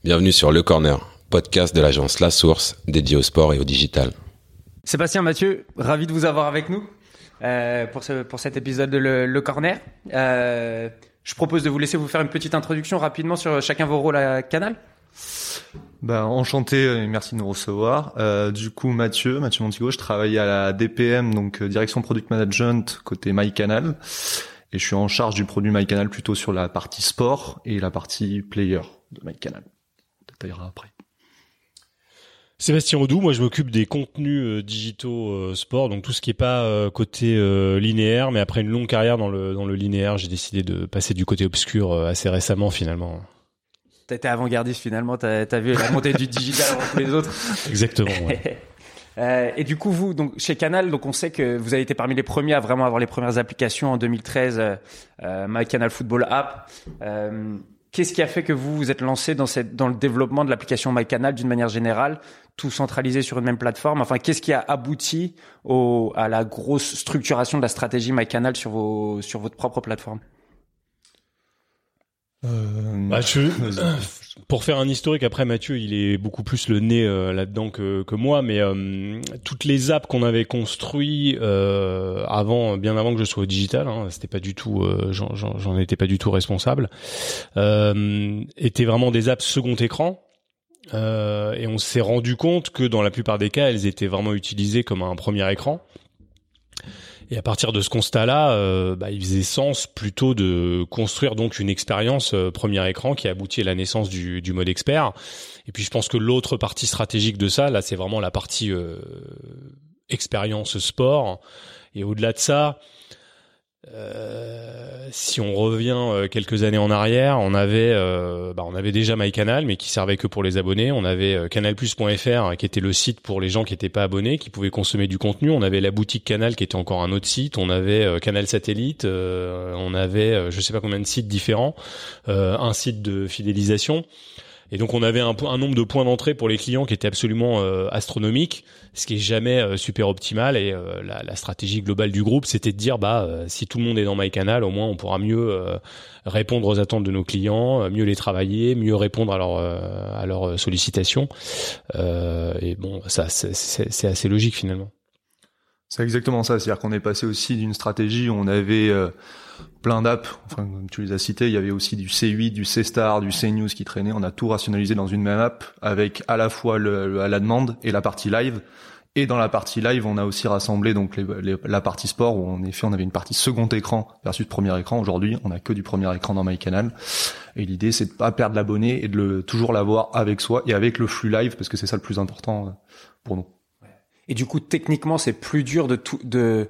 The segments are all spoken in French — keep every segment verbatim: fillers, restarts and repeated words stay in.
Bienvenue sur Le Corner, podcast de l'agence La Source, dédié au sport et au digital. Sébastien, Mathieu, ravi de vous avoir avec nous euh, pour, ce, pour cet épisode de Le, Le Corner. Euh, je propose de vous laisser vous faire une petite introduction rapidement sur chacun vos rôles à Canal. Ben, enchanté et merci de nous recevoir. Euh, du coup, Mathieu, Mathieu Montigo, je travaille à la D P M, donc euh, Direction Product Management côté MyCanal. Et je suis en charge du produit MyCanal plutôt sur la partie sport et la partie player de MyCanal. On détaillera après. Sébastien Audoux, moi je m'occupe des contenus euh, digitaux euh, sport, donc tout ce qui est pas euh, côté euh, linéaire, mais après une longue carrière dans le dans le linéaire, j'ai décidé de passer du côté obscur euh, assez récemment finalement. T'as été avant-gardiste finalement, t'as, t'as vu la montée du digital avant tous les autres. Exactement. Ouais. euh, et du coup, vous, donc chez Canal, donc on sait que vous avez été parmi les premiers à vraiment avoir les premières applications en deux mille treize, euh, MyCanal Football App. Euh, qu'est-ce qui a fait que vous vous êtes lancé dans cette dans le développement de l'application MyCanal d'une manière générale, tout centralisé sur une même plateforme? Enfin, qu'est-ce qui a abouti au à la grosse structuration de la stratégie MyCanal sur vos sur votre propre plateforme? Euh, bah, je, pour faire un historique, après Mathieu, il est beaucoup plus le nez euh, là-dedans que, que moi, mais euh, toutes les apps qu'on avait construites euh, avant, bien avant que je sois au digital, hein, c'était pas du tout, euh, j'en, j'en, j'en étais pas du tout responsable, euh, étaient vraiment des apps second écran. Euh, et on s'est rendu compte que dans la plupart des cas, elles étaient vraiment utilisées comme un premier écran. Et à partir de ce constat-là, euh, bah, il faisait sens plutôt de construire donc une expérience euh, premier écran qui a abouti à la naissance du, du mode expert. Et puis je pense que l'autre partie stratégique de ça, là, c'est vraiment la partie euh, expérience sport. Et au-delà de ça, euh, si on revient euh, quelques années en arrière, on avait, euh, bah, on avait déjà MyCanal, mais qui servait que pour les abonnés. On avait euh, canal plus point f r, qui était le site pour les gens qui n'étaient pas abonnés, qui pouvaient consommer du contenu. On avait la boutique Canal, qui était encore un autre site. On avait euh, Canal Satellite. Euh, on avait, euh, je sais pas combien de sites différents. Euh, un site de fidélisation. Et donc on avait un, un nombre de points d'entrée pour les clients qui était absolument euh, astronomique, ce qui est jamais euh, super optimal. Et euh, la, la stratégie globale du groupe, c'était de dire bah euh, si tout le monde est dans MyCanal, au moins on pourra mieux euh, répondre aux attentes de nos clients, euh, mieux les travailler, mieux répondre à leurs euh, à leurs sollicitations. Euh, et bon, ça c'est, c'est, c'est assez logique finalement. C'est exactement ça, c'est-à-dire qu'on est passé aussi d'une stratégie où on avait euh, plein d'apps, enfin comme tu les as cités, il y avait aussi du C huit, du C-Star, du C-News qui traînait, on a tout rationalisé dans une même app avec à la fois le, le à la demande et la partie live. Et dans la partie live, on a aussi rassemblé donc les, les, la partie sport où en effet on avait une partie second écran versus premier écran. Aujourd'hui, on a que du premier écran dans MyCanal. Et l'idée, c'est de pas perdre l'abonné et de le toujours l'avoir avec soi et avec le flux live parce que c'est ça le plus important pour nous. Et du coup, techniquement, c'est plus dur de tout, de,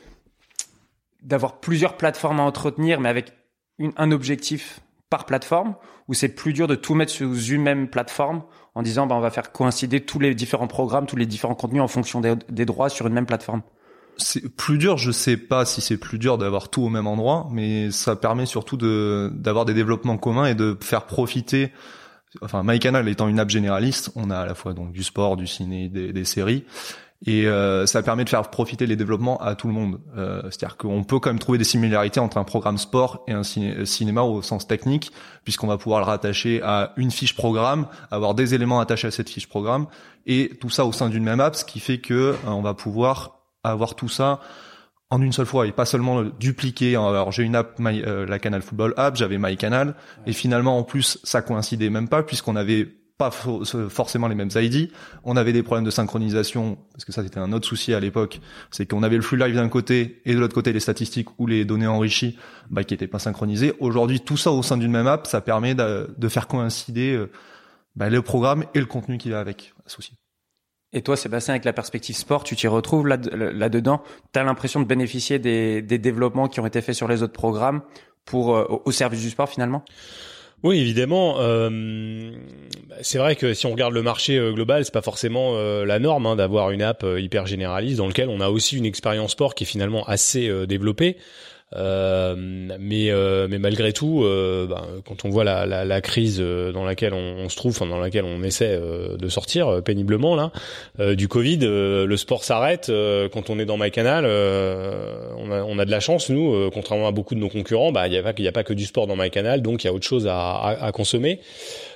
d'avoir plusieurs plateformes à entretenir, mais avec une, un objectif par plateforme, ou c'est plus dur de tout mettre sous une même plateforme en disant, bah, on va faire coïncider tous les différents programmes, tous les différents contenus en fonction des, des droits sur une même plateforme? C'est plus dur, je sais pas si c'est plus dur d'avoir tout au même endroit, mais ça permet surtout de, d'avoir des développements communs et de faire profiter. Enfin, MyCanal étant une app généraliste, on a à la fois donc du sport, du ciné, des, des séries, et euh, ça permet de faire profiter les développements à tout le monde. Euh, c'est-à-dire qu'on peut quand même trouver des similarités entre un programme sport et un ciné, cinéma au sens technique, puisqu'on va pouvoir le rattacher à une fiche programme, avoir des éléments attachés à cette fiche programme, et tout ça au sein d'une même app, ce qui fait que euh, on va pouvoir avoir tout ça en une seule fois et pas seulement dupliquer. Alors j'ai une app, My, euh, la Canal Football App, j'avais MyCanal, ouais. Et finalement en plus ça coïncidait même pas puisqu'on avait pas fo- forcément les mêmes I D. On avait des problèmes de synchronisation parce que ça c'était un autre souci à l'époque, c'est qu'on avait le flux live d'un côté et de l'autre côté les statistiques ou les données enrichies bah, qui étaient pas synchronisées. Aujourd'hui tout ça au sein d'une même app, ça permet de, de faire coïncider euh, bah, le programme et le contenu qui va avec associé. Et toi, Sébastien, avec la perspective sport, tu t'y retrouves là, là-dedans? T'as l'impression de bénéficier des, des développements qui ont été faits sur les autres programmes pour euh, au service du sport finalement? Oui, évidemment. Euh, c'est vrai que si on regarde le marché euh, global, c'est pas forcément euh, la norme hein, d'avoir une app euh, hyper généraliste dans lequel on a aussi une expérience sport qui est finalement assez euh, développée. Euh, mais euh, mais malgré tout, euh, bah, quand on voit la, la, la crise dans laquelle on, on se trouve, enfin dans laquelle on essaie euh, de sortir euh, péniblement là, euh, du Covid, euh, le sport s'arrête. Euh, quand on est dans MyCanal, euh, on a on a de la chance nous, euh, contrairement à beaucoup de nos concurrents, bah il y a pas il y a pas que du sport dans MyCanal, donc il y a autre chose à, à, à consommer.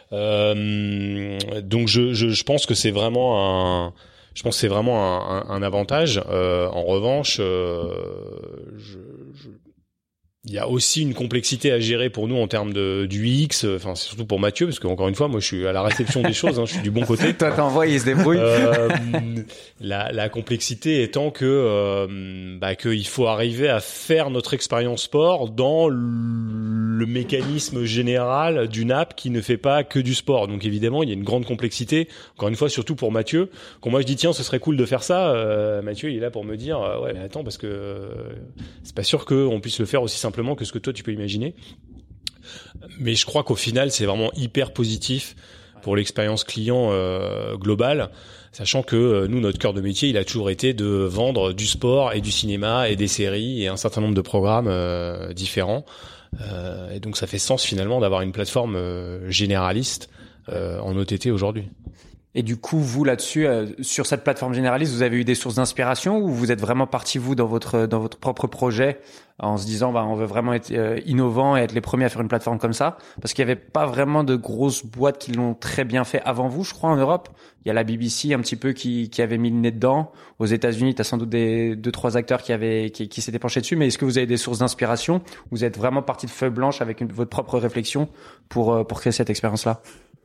Euh, donc je, je, je pense que c'est vraiment un, je pense que c'est vraiment un, un, un avantage. Euh, en revanche, euh, je, je il y a aussi une complexité à gérer pour nous en termes de du U X, enfin c'est surtout pour Mathieu parce que encore une fois moi je suis à la réception des choses, hein, je suis du bon côté. Toi t'envoies, il se débrouille. Euh, la, la complexité étant que euh, bah que il faut arriver à faire notre expérience sport dans le mécanisme général d'une app qui ne fait pas que du sport. Donc évidemment il y a une grande complexité. Encore une fois surtout pour Mathieu. Quand moi je dis tiens ce serait cool de faire ça, euh, Mathieu il est là pour me dire euh, ouais mais attends parce que euh, c'est pas sûr qu'on puisse le faire aussi simplement que ce que toi tu peux imaginer. Mais je crois qu'au final c'est vraiment hyper positif pour l'expérience client euh, globale, sachant que euh, nous notre cœur de métier il a toujours été de vendre du sport et du cinéma et des séries et un certain nombre de programmes euh, différents euh, et donc ça fait sens finalement d'avoir une plateforme euh, généraliste euh, en O T T aujourd'hui. Et du coup, vous là-dessus, euh, sur cette plateforme généraliste, vous avez eu des sources d'inspiration ou vous êtes vraiment parti vous dans votre dans votre propre projet en se disant bah on veut vraiment être euh, innovant et être les premiers à faire une plateforme comme ça, parce qu'il y avait pas vraiment de grosses boîtes qui l'ont très bien fait avant vous, je crois en Europe. Il y a la B B C un petit peu qui qui avait mis le nez dedans. Aux États-Unis, tu as sans doute des deux trois acteurs qui avaient qui, qui s'étaient penchés dessus, mais est-ce que vous avez des sources d'inspiration? Vous êtes vraiment parti de feuille blanche avec une, votre propre réflexion pour euh, pour créer cette expérience-là?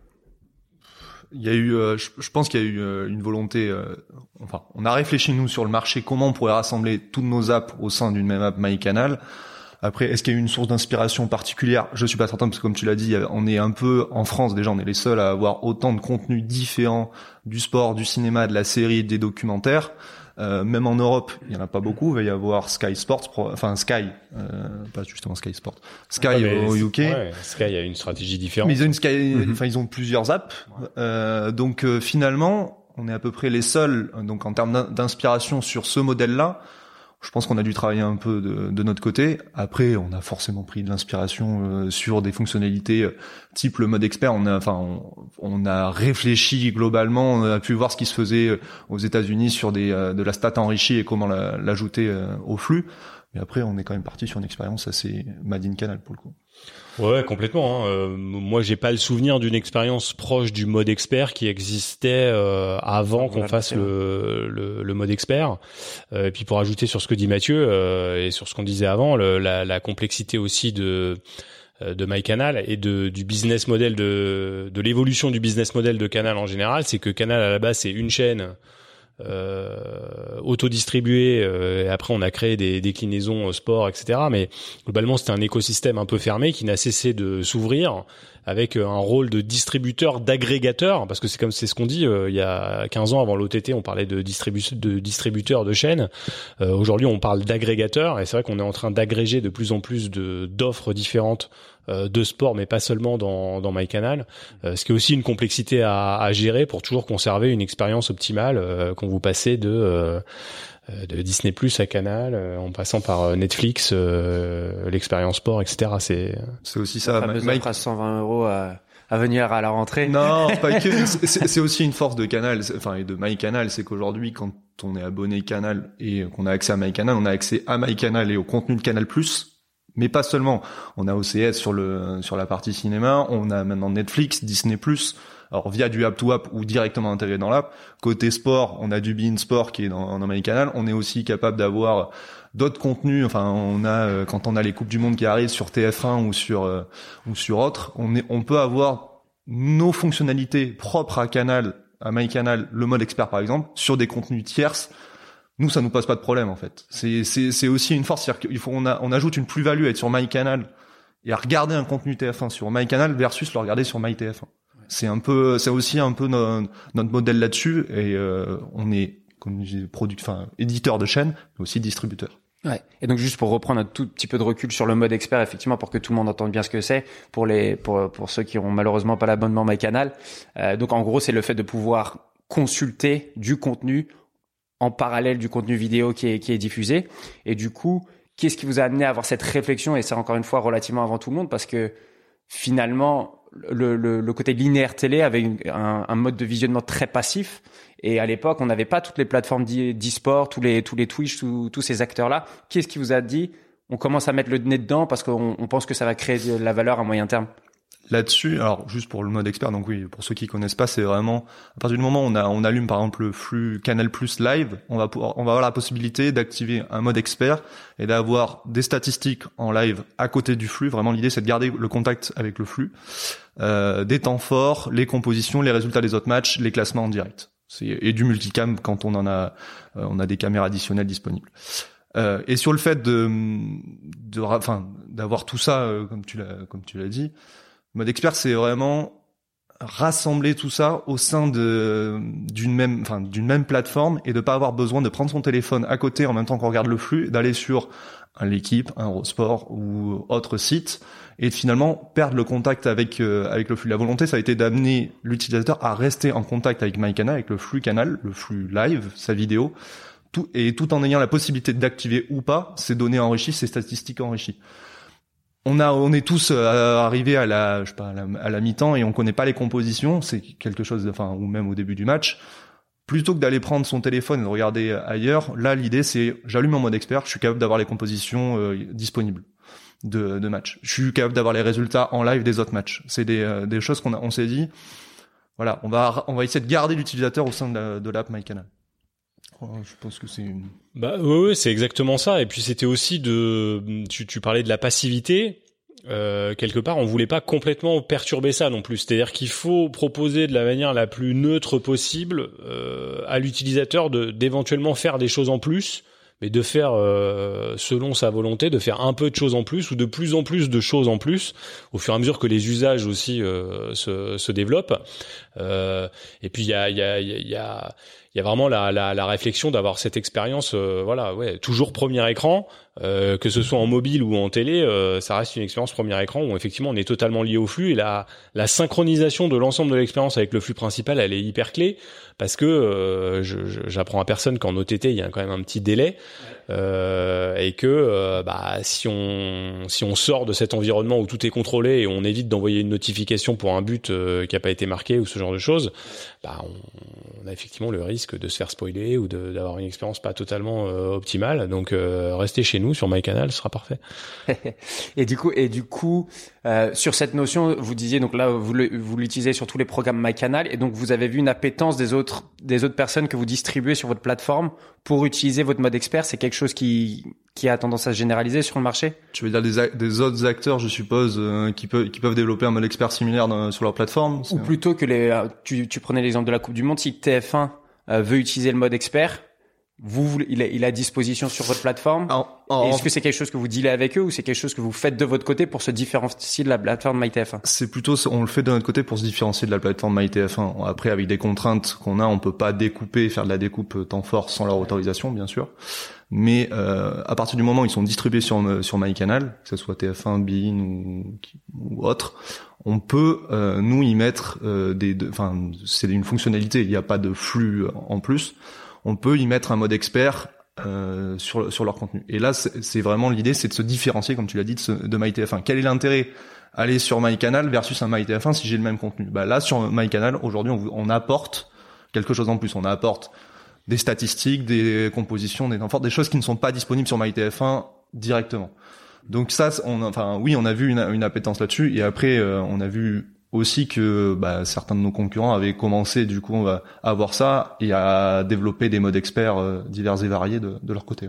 Il y a eu, euh, je, je pense qu'il y a eu euh, une volonté. Euh, enfin, on a réfléchi nous sur le marché comment on pourrait rassembler toutes nos apps au sein d'une même app MyCanal. Après, est-ce qu'il y a eu une source d'inspiration particulière? Je suis pas certain parce que comme tu l'as dit, on est un peu en France déjà, on est les seuls à avoir autant de contenus différents du sport, du cinéma, de la série, des documentaires. Euh, même en Europe, il y en a pas beaucoup. Il va y avoir Sky Sports, enfin Sky, euh, pas justement Sky Sports, Sky ouais, au U K. Ouais, Sky a une stratégie différente. Mais ils ont une Sky, Mm-hmm. enfin ils ont plusieurs apps. Ouais. Euh, donc euh, finalement, on est à peu près les seuls. Donc en termes d'inspiration sur ce modèle-là, je pense qu'on a dû travailler un peu de, de notre côté. Après, on a forcément pris de l'inspiration euh, sur des fonctionnalités euh, type le mode expert. On a, enfin, on, on a réfléchi globalement. On a pu voir ce qui se faisait aux États-Unis sur des euh, de la stat enrichie et comment la, l'ajouter euh, au flux. Mais après, on est quand même parti sur une expérience assez made in Canal pour le coup. Ouais, complètement. Hein. Euh, moi, j'ai pas le souvenir d'une expérience proche du mode expert qui existait euh, avant qu'on fasse le, le, le mode expert. Euh, et puis pour ajouter sur ce que dit Mathieu euh, et sur ce qu'on disait avant, le, la, la complexité aussi de de MyCanal et de du business model de de l'évolution du business model de Canal en général, c'est que Canal à la base c'est une chaîne euh, auto-distribué euh, et après on a créé des déclinaisons euh, sport, et cetera. Mais globalement c'était un écosystème un peu fermé qui n'a cessé de s'ouvrir avec un rôle de distributeur, d'agrégateur, parce que c'est comme c'est ce qu'on dit euh, il y a quinze ans avant l'O T T on parlait de, distribu- de distributeur de chaînes. Euh, aujourd'hui on parle d'agrégateur et c'est vrai qu'on est en train d'agréger de plus en plus de d'offres différentes euh, de sport, mais pas seulement dans dans MyCanal, euh, ce qui est aussi une complexité à, à gérer pour toujours conserver une expérience optimale euh, qu'on vous passez de euh, de Disney Plus à Canal, euh, en passant par Netflix, euh, l'expérience sport, et cetera. C'est c'est aussi ça. La fameuse offre à cent vingt euros à, à venir à la rentrée. Non, pas que. C'est, c'est aussi une force de Canal, enfin et de MyCanal, c'est qu'aujourd'hui, quand on est abonné Canal et qu'on a accès à MyCanal, on a accès à MyCanal et au contenu de Canal Plus. Mais pas seulement. On a O C S sur le sur la partie cinéma. On a maintenant Netflix, Disney Plus. Alors via du app to app ou directement intégré dans l'app. Côté sport, on a du Bein Sport qui est dans, dans MyCanal. On est aussi capable d'avoir d'autres contenus. Enfin, on a quand on a les coupes du monde qui arrivent sur T F un ou sur euh, ou sur autre, on est on peut avoir nos fonctionnalités propres à Canal, à MyCanal, le mode expert par exemple, sur des contenus tierces. Nous, ça nous pose pas de problème en fait. C'est c'est c'est aussi une force, c'est-à-dire qu'il faut on a on ajoute une plus-value à être sur MyCanal et à regarder un contenu T F un sur MyCanal versus le regarder sur MyTF un. C'est un peu, c'est aussi un peu no, notre modèle là-dessus et euh, on est comme je dis product, enfin éditeur de chaîne, mais aussi distributeur. Ouais. Et donc juste pour reprendre un tout petit peu de recul sur le mode expert, effectivement, pour que tout le monde entende bien ce que c'est, pour les pour pour ceux qui ont malheureusement pas l'abonnement MyCanal. Euh, donc en gros, c'est le fait de pouvoir consulter du contenu en parallèle du contenu vidéo qui est qui est diffusé. Et du coup, qu'est-ce qui vous a amené à avoir cette réflexion? Et c'est encore une fois relativement avant tout le monde parce que finalement Le, le, le côté linéaire télé avait une, un, un mode de visionnement très passif et à l'époque on n'avait pas toutes les plateformes d'e-sport, tous les tous les Twitch, tous, tous ces acteurs là. Qu'est-ce qui vous a dit on commence à mettre le nez dedans parce qu'on on pense que ça va créer de la valeur à moyen terme? Là-dessus, alors juste pour le mode expert, donc oui, pour ceux qui connaissent pas, c'est vraiment à partir du moment où on a on allume par exemple le flux Canal+ Live, on va pouvoir, on va avoir la possibilité d'activer un mode expert et d'avoir des statistiques en live à côté du flux. Vraiment, l'idée c'est de garder le contact avec le flux, euh, des temps forts, les compositions, les résultats des autres matchs, les classements en direct, c'est, et du multicam quand on en a, euh, on a des caméras additionnelles disponibles. Euh, et sur le fait de, de, enfin, d'avoir tout ça, euh, comme tu l'as, comme tu l'as dit. Mode expert, c'est vraiment rassembler tout ça au sein de d'une même, enfin d'une même plateforme et de pas avoir besoin de prendre son téléphone à côté en même temps qu'on regarde le flux, d'aller sur un L'Équipe, un Eurosport ou autre site et de finalement perdre le contact avec euh, avec le flux. La volonté, ça a été d'amener l'utilisateur à rester en contact avec MyCanal, avec le flux Canal, le flux live, sa vidéo, tout et tout en ayant la possibilité d'activer ou pas ses données enrichies, ses statistiques enrichies. On a, on est tous euh, arrivés à la, je sais pas, à la, à la mi-temps et on connaît pas les compositions. C'est quelque chose, de, enfin, ou même au début du match. Plutôt que d'aller prendre son téléphone et de regarder ailleurs, là, l'idée c'est, j'allume en mode expert, je suis capable d'avoir les compositions euh, disponibles de, de match. Je suis capable d'avoir les résultats en live des autres matchs. C'est des, euh, des choses qu'on a, on s'est dit, voilà, on va, on va essayer de garder l'utilisateur au sein de, la, de l'app MyCanal. Je pense que c'est une... Bah oui, oui, c'est exactement ça. Et puis c'était aussi de, tu, tu parlais de la passivité. Euh, quelque part, on voulait pas complètement perturber ça non plus. C'est-à-dire qu'il faut proposer de la manière la plus neutre possible euh, à l'utilisateur de d'éventuellement faire des choses en plus, mais de faire euh, selon sa volonté, de faire un peu de choses en plus ou de plus en plus de choses en plus au fur et à mesure que les usages aussi euh, se, se développent. Euh, et puis il y a, il y a, il y a il y a vraiment la, la, la réflexion d'avoir cette expérience, euh, voilà, ouais, toujours premier écran, euh, que ce soit en mobile ou en télé, euh, ça reste une expérience premier écran où effectivement on est totalement lié au flux et la, la synchronisation de l'ensemble de l'expérience avec le flux principal, elle est hyper clé parce que euh, je, je, j'apprends à personne qu'en O T T il y a quand même un petit délai euh, et que euh, bah si on si on sort de cet environnement où tout est contrôlé et on évite d'envoyer une notification pour un but euh, qui a pas été marqué ou ce genre de choses, bah on, on a effectivement le risque de se faire spoiler ou de, d'avoir une expérience pas totalement euh, optimale. Donc euh, restez chez nous sur MyCanal, ce sera parfait. et du coup, et du coup, euh, sur cette notion, vous disiez donc là, vous, le, vous l'utilisez sur tous les programmes MyCanal, et donc vous avez vu une appétence des autres, des autres personnes que vous distribuez sur votre plateforme pour utiliser votre mode expert. C'est quelque chose qui qui a tendance à se généraliser sur le marché. Tu veux dire des, des autres acteurs, je suppose, euh, qui peuvent qui peuvent développer un mode expert similaire dans, sur leur plateforme. Ou plutôt que les, tu, tu prenais l'exemple de la Coupe du Monde, si T F un euh, veut utiliser le mode expert. Vous, il est, il est à disposition sur votre plateforme. En, en, Est-ce que c'est quelque chose que vous dealez avec eux ou c'est quelque chose que vous faites de votre côté pour se différencier de la plateforme MyTF un? C'est plutôt, on le fait de notre côté pour se différencier de la plateforme MyTF un. Après, avec des contraintes qu'on a, on peut pas découper, faire de la découpe temps fort sans leur autorisation, bien sûr. Mais euh, à partir du moment où ils sont distribués sur sur MyCanal, que ce soit T F un, beIN ou, ou autre, on peut euh, nous y mettre euh, des, enfin, c'est une fonctionnalité. Il n'y a pas de flux en plus. On peut y mettre un mode expert euh, sur sur leur contenu. Et là, c'est, c'est vraiment l'idée, c'est de se différencier, comme tu l'as dit, de, ce, de MyTF un. Quel est l'intérêt aller sur MyCanal versus un MyTF un si j'ai le même contenu? Bah là, sur MyCanal, aujourd'hui, on, on apporte quelque chose en plus. On apporte des statistiques, des compositions, des temps forts, des choses qui ne sont pas disponibles sur MyTF un directement. Donc ça, on, enfin oui, on a vu une, une appétence là-dessus. Et après, euh, on a vu aussi que bah, certains de nos concurrents avaient commencé du coup à avoir ça et à développer des modes experts euh, divers et variés de, de leur côté.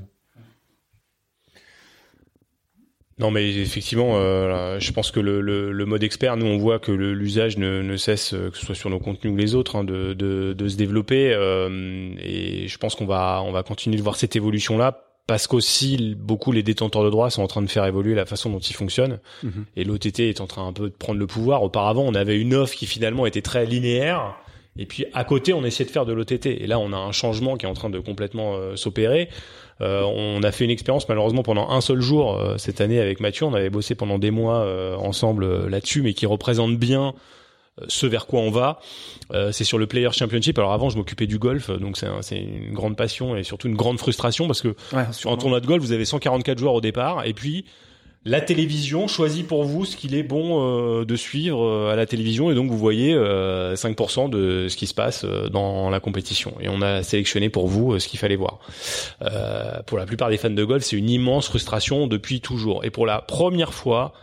Non, mais effectivement, euh, je pense que le, le, le mode expert, nous on voit que le, l'usage ne, ne cesse, que ce soit sur nos contenus ou les autres, hein, de, de, de se développer. Euh, et je pense qu'on va, on va continuer de voir cette évolution-là. Parce qu'aussi, beaucoup les détenteurs de droits sont en train de faire évoluer la façon dont ils fonctionnent. Mmh. Et l'O T T est en train un peu de prendre le pouvoir. Auparavant, on avait une offre qui finalement était très linéaire. Et puis, à côté, on essayait de faire de l'O T T. Et là, on a un changement qui est en train de complètement euh, s'opérer. Euh, on a fait une expérience, malheureusement, pendant un seul jour euh, cette année avec Mathieu. On avait bossé pendant des mois euh, ensemble euh, là-dessus, mais qui représente bien ce vers quoi on va. Euh, c'est sur le Player Championship. Alors avant, je m'occupais du golf, donc c'est, un, c'est une grande passion et surtout une grande frustration parce que ouais, sur un tournoi de golf, vous avez cent quarante-quatre joueurs au départ et puis la télévision choisit pour vous ce qu'il est bon euh, de suivre euh, à la télévision et donc vous voyez euh, cinq pour cent de ce qui se passe euh, dans la compétition et on a sélectionné pour vous euh, ce qu'il fallait voir. Euh, pour la plupart des fans de golf, c'est une immense frustration depuis toujours et pour la première fois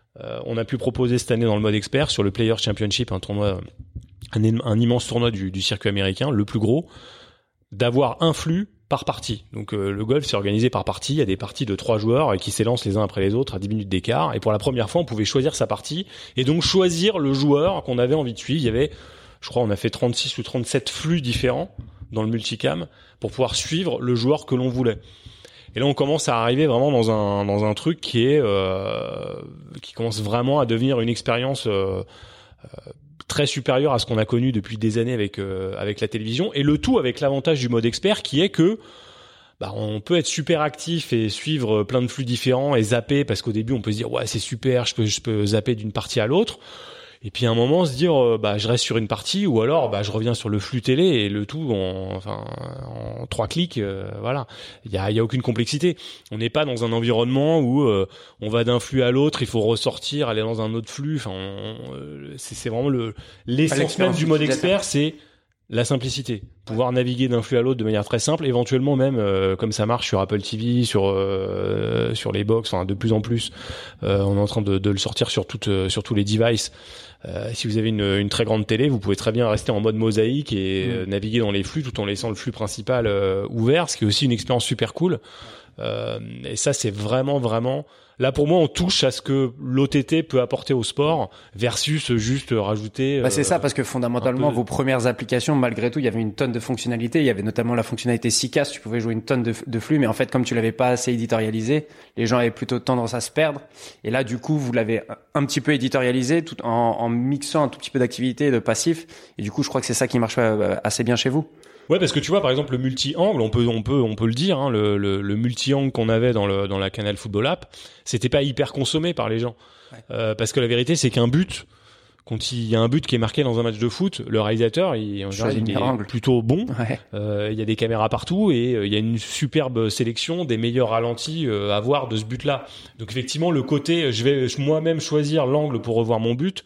euh, on a pu proposer cette année dans le mode expert sur le Players Championship, un tournoi, un, un immense tournoi du, du circuit américain, le plus gros, d'avoir un flux par partie. Donc euh, le golf c'est organisé par partie, il y a des parties de trois joueurs qui s'élancent les uns après les autres à dix minutes d'écart, et pour la première fois on pouvait choisir sa partie et donc choisir le joueur qu'on avait envie de suivre. Il y avait, je crois on a fait trente-six ou trente-sept flux différents dans le multicam pour pouvoir suivre le joueur que l'on voulait. Et là on commence à arriver vraiment dans un dans un truc qui est euh, qui commence vraiment à devenir une expérience euh, euh, très supérieur à ce qu'on a connu depuis des années avec euh, avec la télévision, et le tout avec l'avantage du mode expert qui est que bah on peut être super actif et suivre plein de flux différents et zapper, parce qu'au début on peut se dire ouais c'est super, je peux je peux zapper d'une partie à l'autre, et puis à un moment se dire euh, bah je reste sur une partie, ou alors bah je reviens sur le flux télé, et le tout en enfin en trois clics, euh, voilà. Il y a il y a aucune complexité. On n'est pas dans un environnement où euh, on va d'un flux à l'autre, il faut ressortir, aller dans un autre flux. Enfin on, euh, c'est c'est vraiment le l'essence même du mode expert, c'est la simplicité, pouvoir naviguer d'un flux à l'autre de manière très simple, éventuellement même euh, comme ça marche sur Apple T V, sur euh, sur les box, enfin de plus en plus euh, on est en train de, de le sortir sur toutes euh, sur tous les devices. Euh, si vous avez une, une très grande télé, vous pouvez très bien rester en mode mosaïque et mmh. euh, naviguer dans les flux tout en laissant le flux principal euh, ouvert, ce qui est aussi une expérience super cool. Euh, et ça c'est vraiment vraiment là pour moi on touche à ce que l'O T T peut apporter au sport versus juste rajouter. Bah c'est euh, ça, parce que fondamentalement peu... vos premières applications, malgré tout, il y avait une tonne de fonctionnalités. Il y avait notamment la fonctionnalité S I C A S, tu pouvais jouer une tonne de, de flux, mais en fait comme tu l'avais pas assez éditorialisé, les gens avaient plutôt tendance à se perdre. Et là du coup vous l'avez un petit peu éditorialisé, tout en, en mixant un tout petit peu d'activité et de passif. Et du coup je crois que c'est ça qui marche assez bien chez vous. Ouais, parce que tu vois, par exemple, le multi-angle, on peut, on peut, on peut le dire, hein, le, le, le multi-angle qu'on avait dans le, dans la Canal Football App, c'était pas hyper consommé par les gens. Ouais. Euh, parce que la vérité, c'est qu'un but, quand il y a un but qui est marqué dans un match de foot, le réalisateur, il, en général, il est angle. plutôt bon. Ouais. Euh, il y a des caméras partout et euh, il y a une superbe sélection des meilleurs ralentis euh, à voir de ce but-là. Donc effectivement, le côté, je vais moi-même choisir l'angle pour revoir mon but,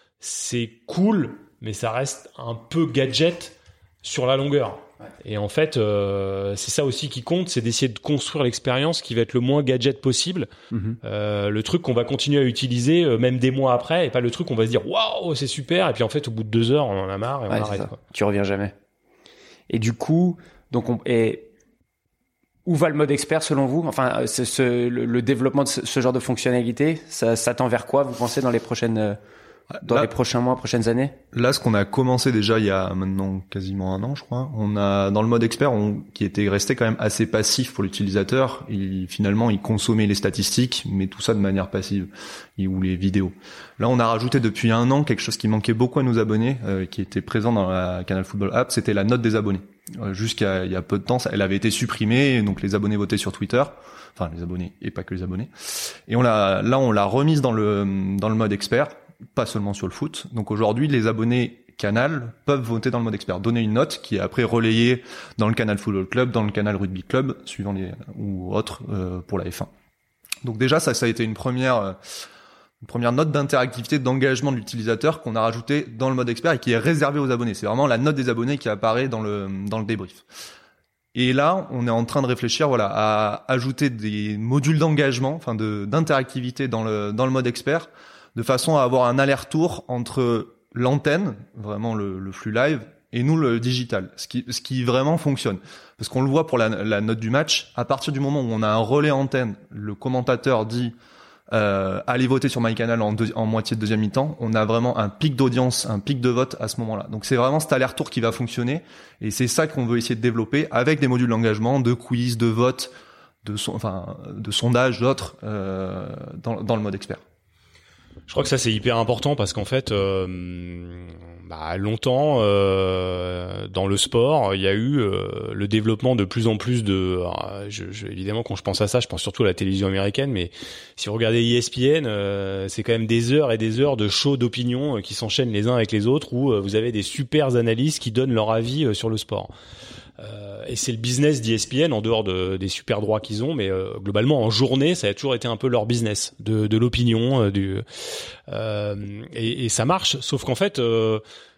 c'est cool, mais ça reste un peu gadget sur la longueur. Ouais. Et en fait, euh, c'est ça aussi qui compte, c'est d'essayer de construire l'expérience qui va être le moins gadget possible. Mm-hmm. Euh, le truc qu'on va continuer à utiliser euh, même des mois après, et pas le truc qu'on va se dire waouh c'est super, et puis en fait au bout de deux heures on en a marre et ouais, on arrête. Quoi. Tu reviens jamais. Et du coup, donc on et où va le mode expert selon vous? Enfin, ce, ce, le, le développement de ce, ce genre de fonctionnalité, ça, ça tend vers quoi vous pensez dans les prochaines euh, Dans là, les prochains mois, prochaines années? Là, ce qu'on a commencé déjà il y a maintenant quasiment un an, je crois, on a dans le mode expert, on, qui était resté quand même assez passif pour l'utilisateur. Il, finalement, il consommait les statistiques, mais tout ça de manière passive, il, ou les vidéos. Là, on a rajouté depuis un an quelque chose qui manquait beaucoup à nos abonnés, euh, qui était présent dans la Canal Football App, c'était la note des abonnés. Euh, jusqu'à il y a peu de temps, ça, elle avait été supprimée, donc les abonnés votaient sur Twitter. Enfin, les abonnés et pas que les abonnés. Et on l'a, là, on l'a remise dans le dans le mode expert. Pas seulement sur le foot. Donc aujourd'hui, les abonnés Canal peuvent voter dans le mode expert, donner une note qui est après relayée dans le Canal Football Club, dans le Canal Rugby Club, suivant les ou autres euh, pour la F un. Donc déjà, ça, ça a été une première euh, une première note d'interactivité, d'engagement de l'utilisateur qu'on a rajouté dans le mode expert et qui est réservée aux abonnés. C'est vraiment la note des abonnés qui apparaît dans le dans le débrief. Et là, on est en train de réfléchir, voilà, à ajouter des modules d'engagement, enfin de d'interactivité dans le dans le mode expert, de façon à avoir un aller-retour entre l'antenne, vraiment le, le flux live, et nous le digital, ce qui, ce qui vraiment fonctionne. Parce qu'on le voit pour la, la note du match, à partir du moment où on a un relais antenne, le commentateur dit euh, allez voter sur MyCanal en, deux, en moitié de deuxième mi-temps, on a vraiment un pic d'audience, un pic de vote à ce moment-là. Donc c'est vraiment cet aller-retour qui va fonctionner, et c'est ça qu'on veut essayer de développer avec des modules d'engagement, de quiz, de vote, de son, enfin de sondage, d'autres euh, dans, dans le mode expert. Je crois que ça c'est hyper important parce qu'en fait, euh, bah, longtemps euh, dans le sport, il y a eu euh, le développement de plus en plus de. Alors, je, je, évidemment, quand je pense à ça, je pense surtout à la télévision américaine, mais si vous regardez E S P N, euh, c'est quand même des heures et des heures de shows d'opinion euh, qui s'enchaînent les uns avec les autres, où euh, vous avez des super analystes qui donnent leur avis euh, sur le sport. Euh, et c'est le business d'E S P N en dehors de, des super droits qu'ils ont, mais euh, globalement en journée ça a toujours été un peu leur business de, de l'opinion, euh, du euh, et, et ça marche. Sauf qu'en fait, euh,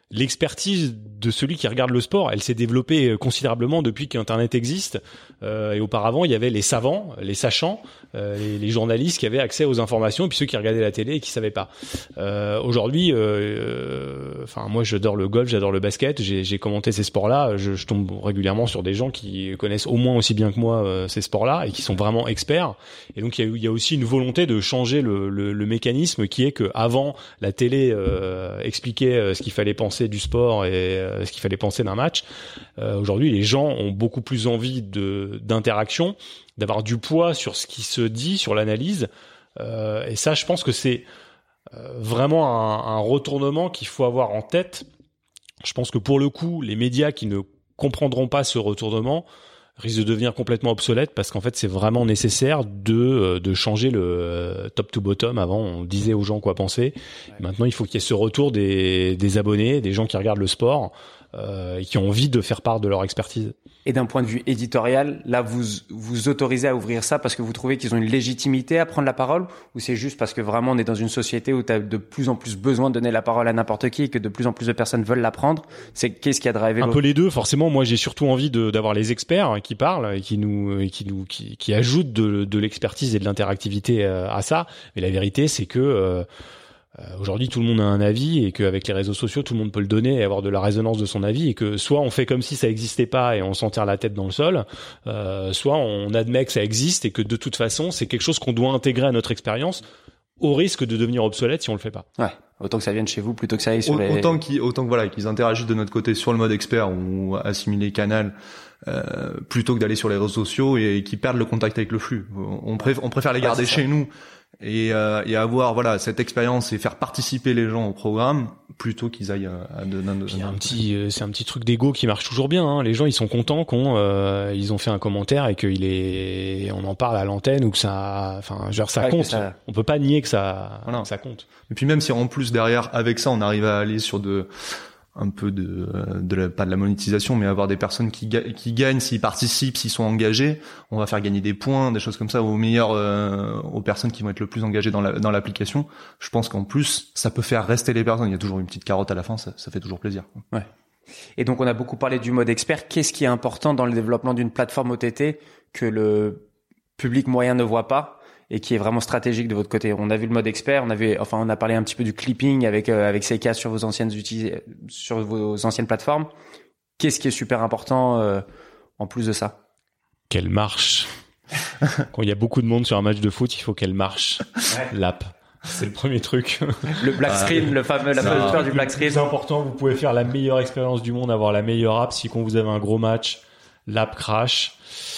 l'expertise de celui qui regarde le sport, elle s'est développée considérablement depuis qu'Internet existe. Euh, et auparavant, il y avait les savants, les sachants, euh, les, les journalistes qui avaient accès aux informations, et puis ceux qui regardaient la télé et qui savaient pas. Euh, aujourd'hui, enfin euh, moi, j'adore le golf, j'adore le basket. J'ai, j'ai commenté ces sports-là. Je, je tombe régulièrement sur des gens qui connaissent au moins aussi bien que moi euh, ces sports-là et qui sont vraiment experts. Et donc, il y a, il y a aussi une volonté de changer le, le, le mécanisme qui est que avant, la télé euh, expliquait euh, ce qu'il fallait penser du sport et euh, ce qu'il fallait penser d'un match. Euh, aujourd'hui, les gens ont beaucoup plus envie de d'interaction, d'avoir du poids sur ce qui se dit, sur l'analyse. Euh, et ça, je pense que c'est euh, vraiment un, un retournement qu'il faut avoir en tête. Je pense que pour le coup, les médias qui ne comprendront pas ce retournement risquent de devenir complètement obsolètes parce qu'en fait, c'est vraiment nécessaire de de changer le top to bottom. Avant, on disait aux gens quoi penser. Ouais. Maintenant, il faut qu'il y ait ce retour des des abonnés, des gens qui regardent le sport euh, et qui ont envie de faire part de leur expertise. Et d'un point de vue éditorial, là, vous vous autorisez à ouvrir ça parce que vous trouvez qu'ils ont une légitimité à prendre la parole, ou c'est juste parce que vraiment on est dans une société où tu as de plus en plus besoin de donner la parole à n'importe qui et que de plus en plus de personnes veulent la prendre? C'est qu'est-ce qui a drivé? Un peu les deux, forcément. Moi, j'ai surtout envie de d'avoir les experts qui parlent et qui nous et qui nous qui, qui ajoutent de de l'expertise et de l'interactivité à ça. Mais la vérité, c'est que euh, Euh, aujourd'hui, tout le monde a un avis et qu'avec les réseaux sociaux, tout le monde peut le donner et avoir de la résonance de son avis, et que soit on fait comme si ça existait pas et on s'enterre la tête dans le sol, euh, soit on admet que ça existe et que de toute façon, c'est quelque chose qu'on doit intégrer à notre expérience au risque de devenir obsolète si on le fait pas. Ouais. Autant que ça vienne chez vous plutôt que ça aille sur les... Autant qu'ils, autant que voilà, qu'ils interagissent de notre côté sur le mode expert ou assimiler Canal, euh, plutôt que d'aller sur les réseaux sociaux et, et qu'ils perdent le contact avec le flux. On préfère, on préfère les garder ouais, chez nous. Et, euh, et avoir voilà cette expérience et faire participer les gens au programme plutôt qu'ils aillent à de, de, de, c'est un petit euh, c'est un petit truc d'ego qui marche toujours bien, hein. Les gens ils sont contents qu'on euh, ils ont fait un commentaire et qu'il est on en parle à l'antenne ou que ça enfin genre ça ouais, compte ça... on peut pas nier que ça voilà. que ça compte. Et puis même si en plus derrière avec ça on arrive à aller sur de un peu de, de la, pas de la monétisation, mais avoir des personnes qui, ga- qui gagnent s'ils participent, s'ils sont engagés, on va faire gagner des points, des choses comme ça aux meilleurs, euh, aux personnes qui vont être le plus engagées dans la, dans l'application. Je pense qu'en plus, ça peut faire rester les personnes. Il y a toujours une petite carotte à la fin, ça, ça fait toujours plaisir. Ouais. Et donc, on a beaucoup parlé du mode expert. Qu'est-ce qui est important dans le développement d'une plateforme O T T que le public moyen ne voit pas et qui est vraiment stratégique de votre côté? On a vu le mode expert, on a vu, enfin, on a parlé un petit peu du clipping avec euh, avec C K sur vos anciennes utis- sur vos anciennes plateformes. Qu'est-ce qui est super important euh, en plus de ça? Qu'elle marche. Quand il y a beaucoup de monde sur un match de foot, il faut qu'elle marche. Ouais. L'app. C'est le premier truc. Le black screen, ah, le fameux, la fameuse histoire du black screen. C'est important. Vous pouvez faire la meilleure expérience du monde, avoir la meilleure app. Si quand vous avez un gros match, l'app crash.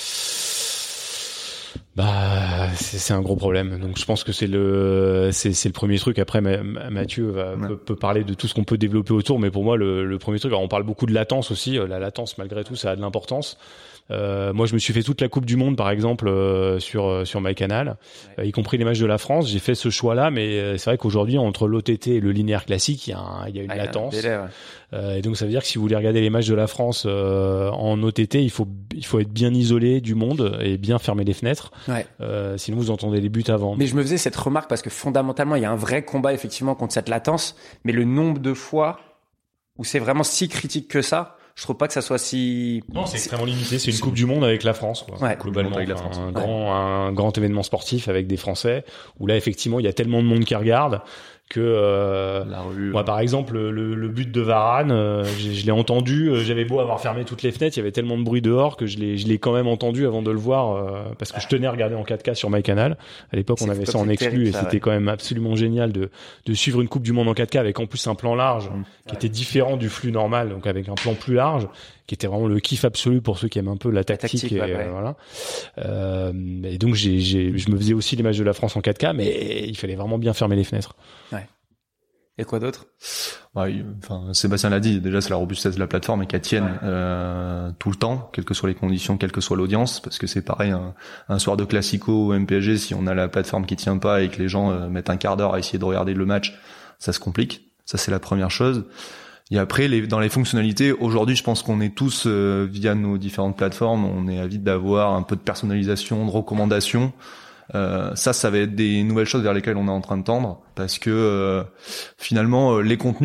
Bah, c'est, c'est un gros problème. Donc, je pense que c'est le, c'est, c'est le premier truc. Après, Mathieu va, ouais. peut, peut parler de tout ce qu'on peut développer autour, mais pour moi, le, le premier truc. Alors, on parle beaucoup de latence aussi. La latence, malgré tout, ça a de l'importance. Euh, moi, je me suis fait toute la Coupe du Monde, par exemple, euh, sur euh, sur MyCanal, ouais. euh, y compris les matchs de la France. J'ai fait ce choix-là, mais euh, c'est vrai qu'aujourd'hui, entre l'O T T et le linéaire classique, il y a un, il y a une ah, latence. Il y a un délai, ouais. euh, et donc, ça veut dire que si vous voulez regarder les matchs de la France euh, en O T T, il faut il faut être bien isolé du monde et bien fermer les fenêtres. Ouais. Euh, sinon, vous entendez les buts avant. Mais je me faisais cette remarque parce que fondamentalement, il y a un vrai combat effectivement contre cette latence, mais le nombre de fois où c'est vraiment si critique que ça. Je trouve pas que ça soit si... Non, c'est extrêmement limité. C'est une Coupe du Monde avec la France, quoi. Ouais. Globalement, avec la France. Un, Ouais. grand, un grand événement sportif avec des Français où là, effectivement, il y a tellement de monde qui regarde que euh, la rue, moi, ouais. par exemple, le, le but de Varane, euh, je, je l'ai entendu. Euh, j'avais beau avoir fermé toutes les fenêtres, il y avait tellement de bruit dehors que je l'ai, je l'ai quand même entendu avant de le voir euh, parce que je tenais à regarder en quatre K sur MyCanal. À l'époque, on avait ça en exclu terrible, et ça, c'était ouais. quand même absolument génial de de suivre une Coupe du Monde en quatre K avec en plus un plan large mmh. qui ouais. était différent du flux normal, donc avec un plan plus large, qui était vraiment le kiff absolu pour ceux qui aiment un peu la tactique. La tactique et, ouais, ouais. Euh, voilà. Euh, et donc j'ai, j'ai, je me faisais aussi les matchs de la France en quatre K, mais il fallait vraiment bien fermer les fenêtres. Ouais. Et quoi d'autre? Ouais, enfin, Sébastien l'a dit, déjà c'est la robustesse de la plateforme et qu'elle tienne ouais. euh, tout le temps, quelles que soient les conditions, quelle que soit l'audience, parce que c'est pareil, un, un soir de Classico ou M P S G, si on a la plateforme qui tient pas et que les gens euh, mettent un quart d'heure à essayer de regarder le match, ça se complique. Ça c'est la première chose. Et après, les, dans les fonctionnalités, aujourd'hui, je pense qu'on est tous, euh, via nos différentes plateformes, on est avide d'avoir un peu de personnalisation, de recommandations. Euh, ça, ça va être des nouvelles choses vers lesquelles on est en train de tendre, parce que euh, finalement, euh, les contenus,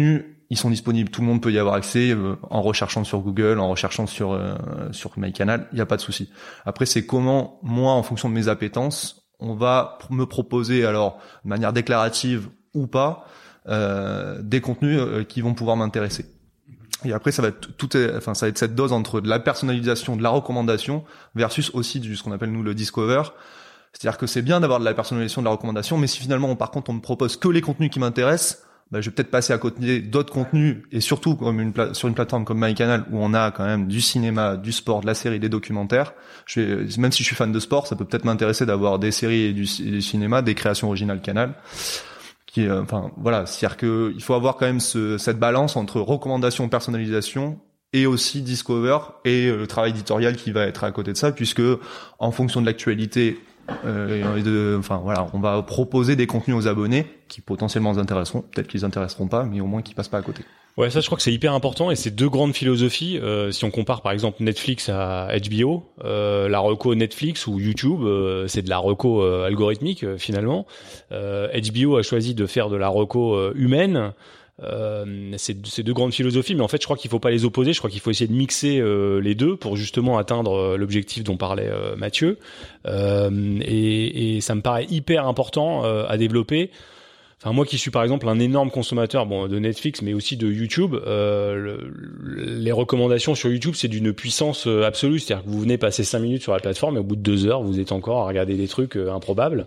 ils sont disponibles, tout le monde peut y avoir accès euh, en recherchant sur Google, en recherchant sur euh, sur MyCanal, il y a pas de souci. Après c'est comment moi en fonction de mes appétences, on va me proposer alors de manière déclarative ou pas euh, des contenus euh, qui vont pouvoir m'intéresser. Et après ça va être tout est, enfin ça va être cette dose entre de la personnalisation, de la recommandation versus aussi du ce qu'on appelle nous le discover. C'est-à-dire que c'est bien d'avoir de la personnalisation, de la recommandation, mais si finalement par contre on me propose que les contenus qui m'intéressent, bah, je vais peut-être passer à côté d'autres contenus, et surtout comme une pla- sur une plateforme comme MyCanal où on a quand même du cinéma, du sport, de la série, des documentaires. Je vais, même si je suis fan de sport, ça peut peut-être m'intéresser d'avoir des séries et du, et du cinéma, des créations originales Canal. Qui, euh, enfin voilà, c'est-à-dire que il faut avoir quand même ce, cette balance entre recommandation, personnalisation et aussi discover et le travail éditorial qui va être à côté de ça, puisque en fonction de l'actualité. Euh, et de, enfin voilà, on va proposer des contenus aux abonnés qui potentiellement les intéresseront, peut-être qu'ils les intéresseront pas, mais au moins qu'ils passent pas à côté. Ouais, ça je crois que c'est hyper important et c'est deux grandes philosophies. Euh, si on compare par exemple Netflix à H B O, euh, la reco Netflix ou YouTube, euh, c'est de la reco euh, algorithmique euh, finalement. Euh, H B O a choisi de faire de la reco euh, humaine. Euh, c'est, c'est deux grandes philosophies, mais en fait, je crois qu'il faut pas les opposer. Je crois qu'il faut essayer de mixer euh, les deux pour justement atteindre euh, l'objectif dont parlait euh, Mathieu. Euh, et, et ça me paraît hyper important euh, à développer. Enfin, moi qui suis par exemple un énorme consommateur, bon, de Netflix, mais aussi de YouTube, euh, le, les recommandations sur YouTube, c'est d'une puissance euh, absolue. C'est-à-dire que vous venez passer cinq minutes sur la plateforme et au bout de deux heures, vous êtes encore à regarder des trucs euh, improbables.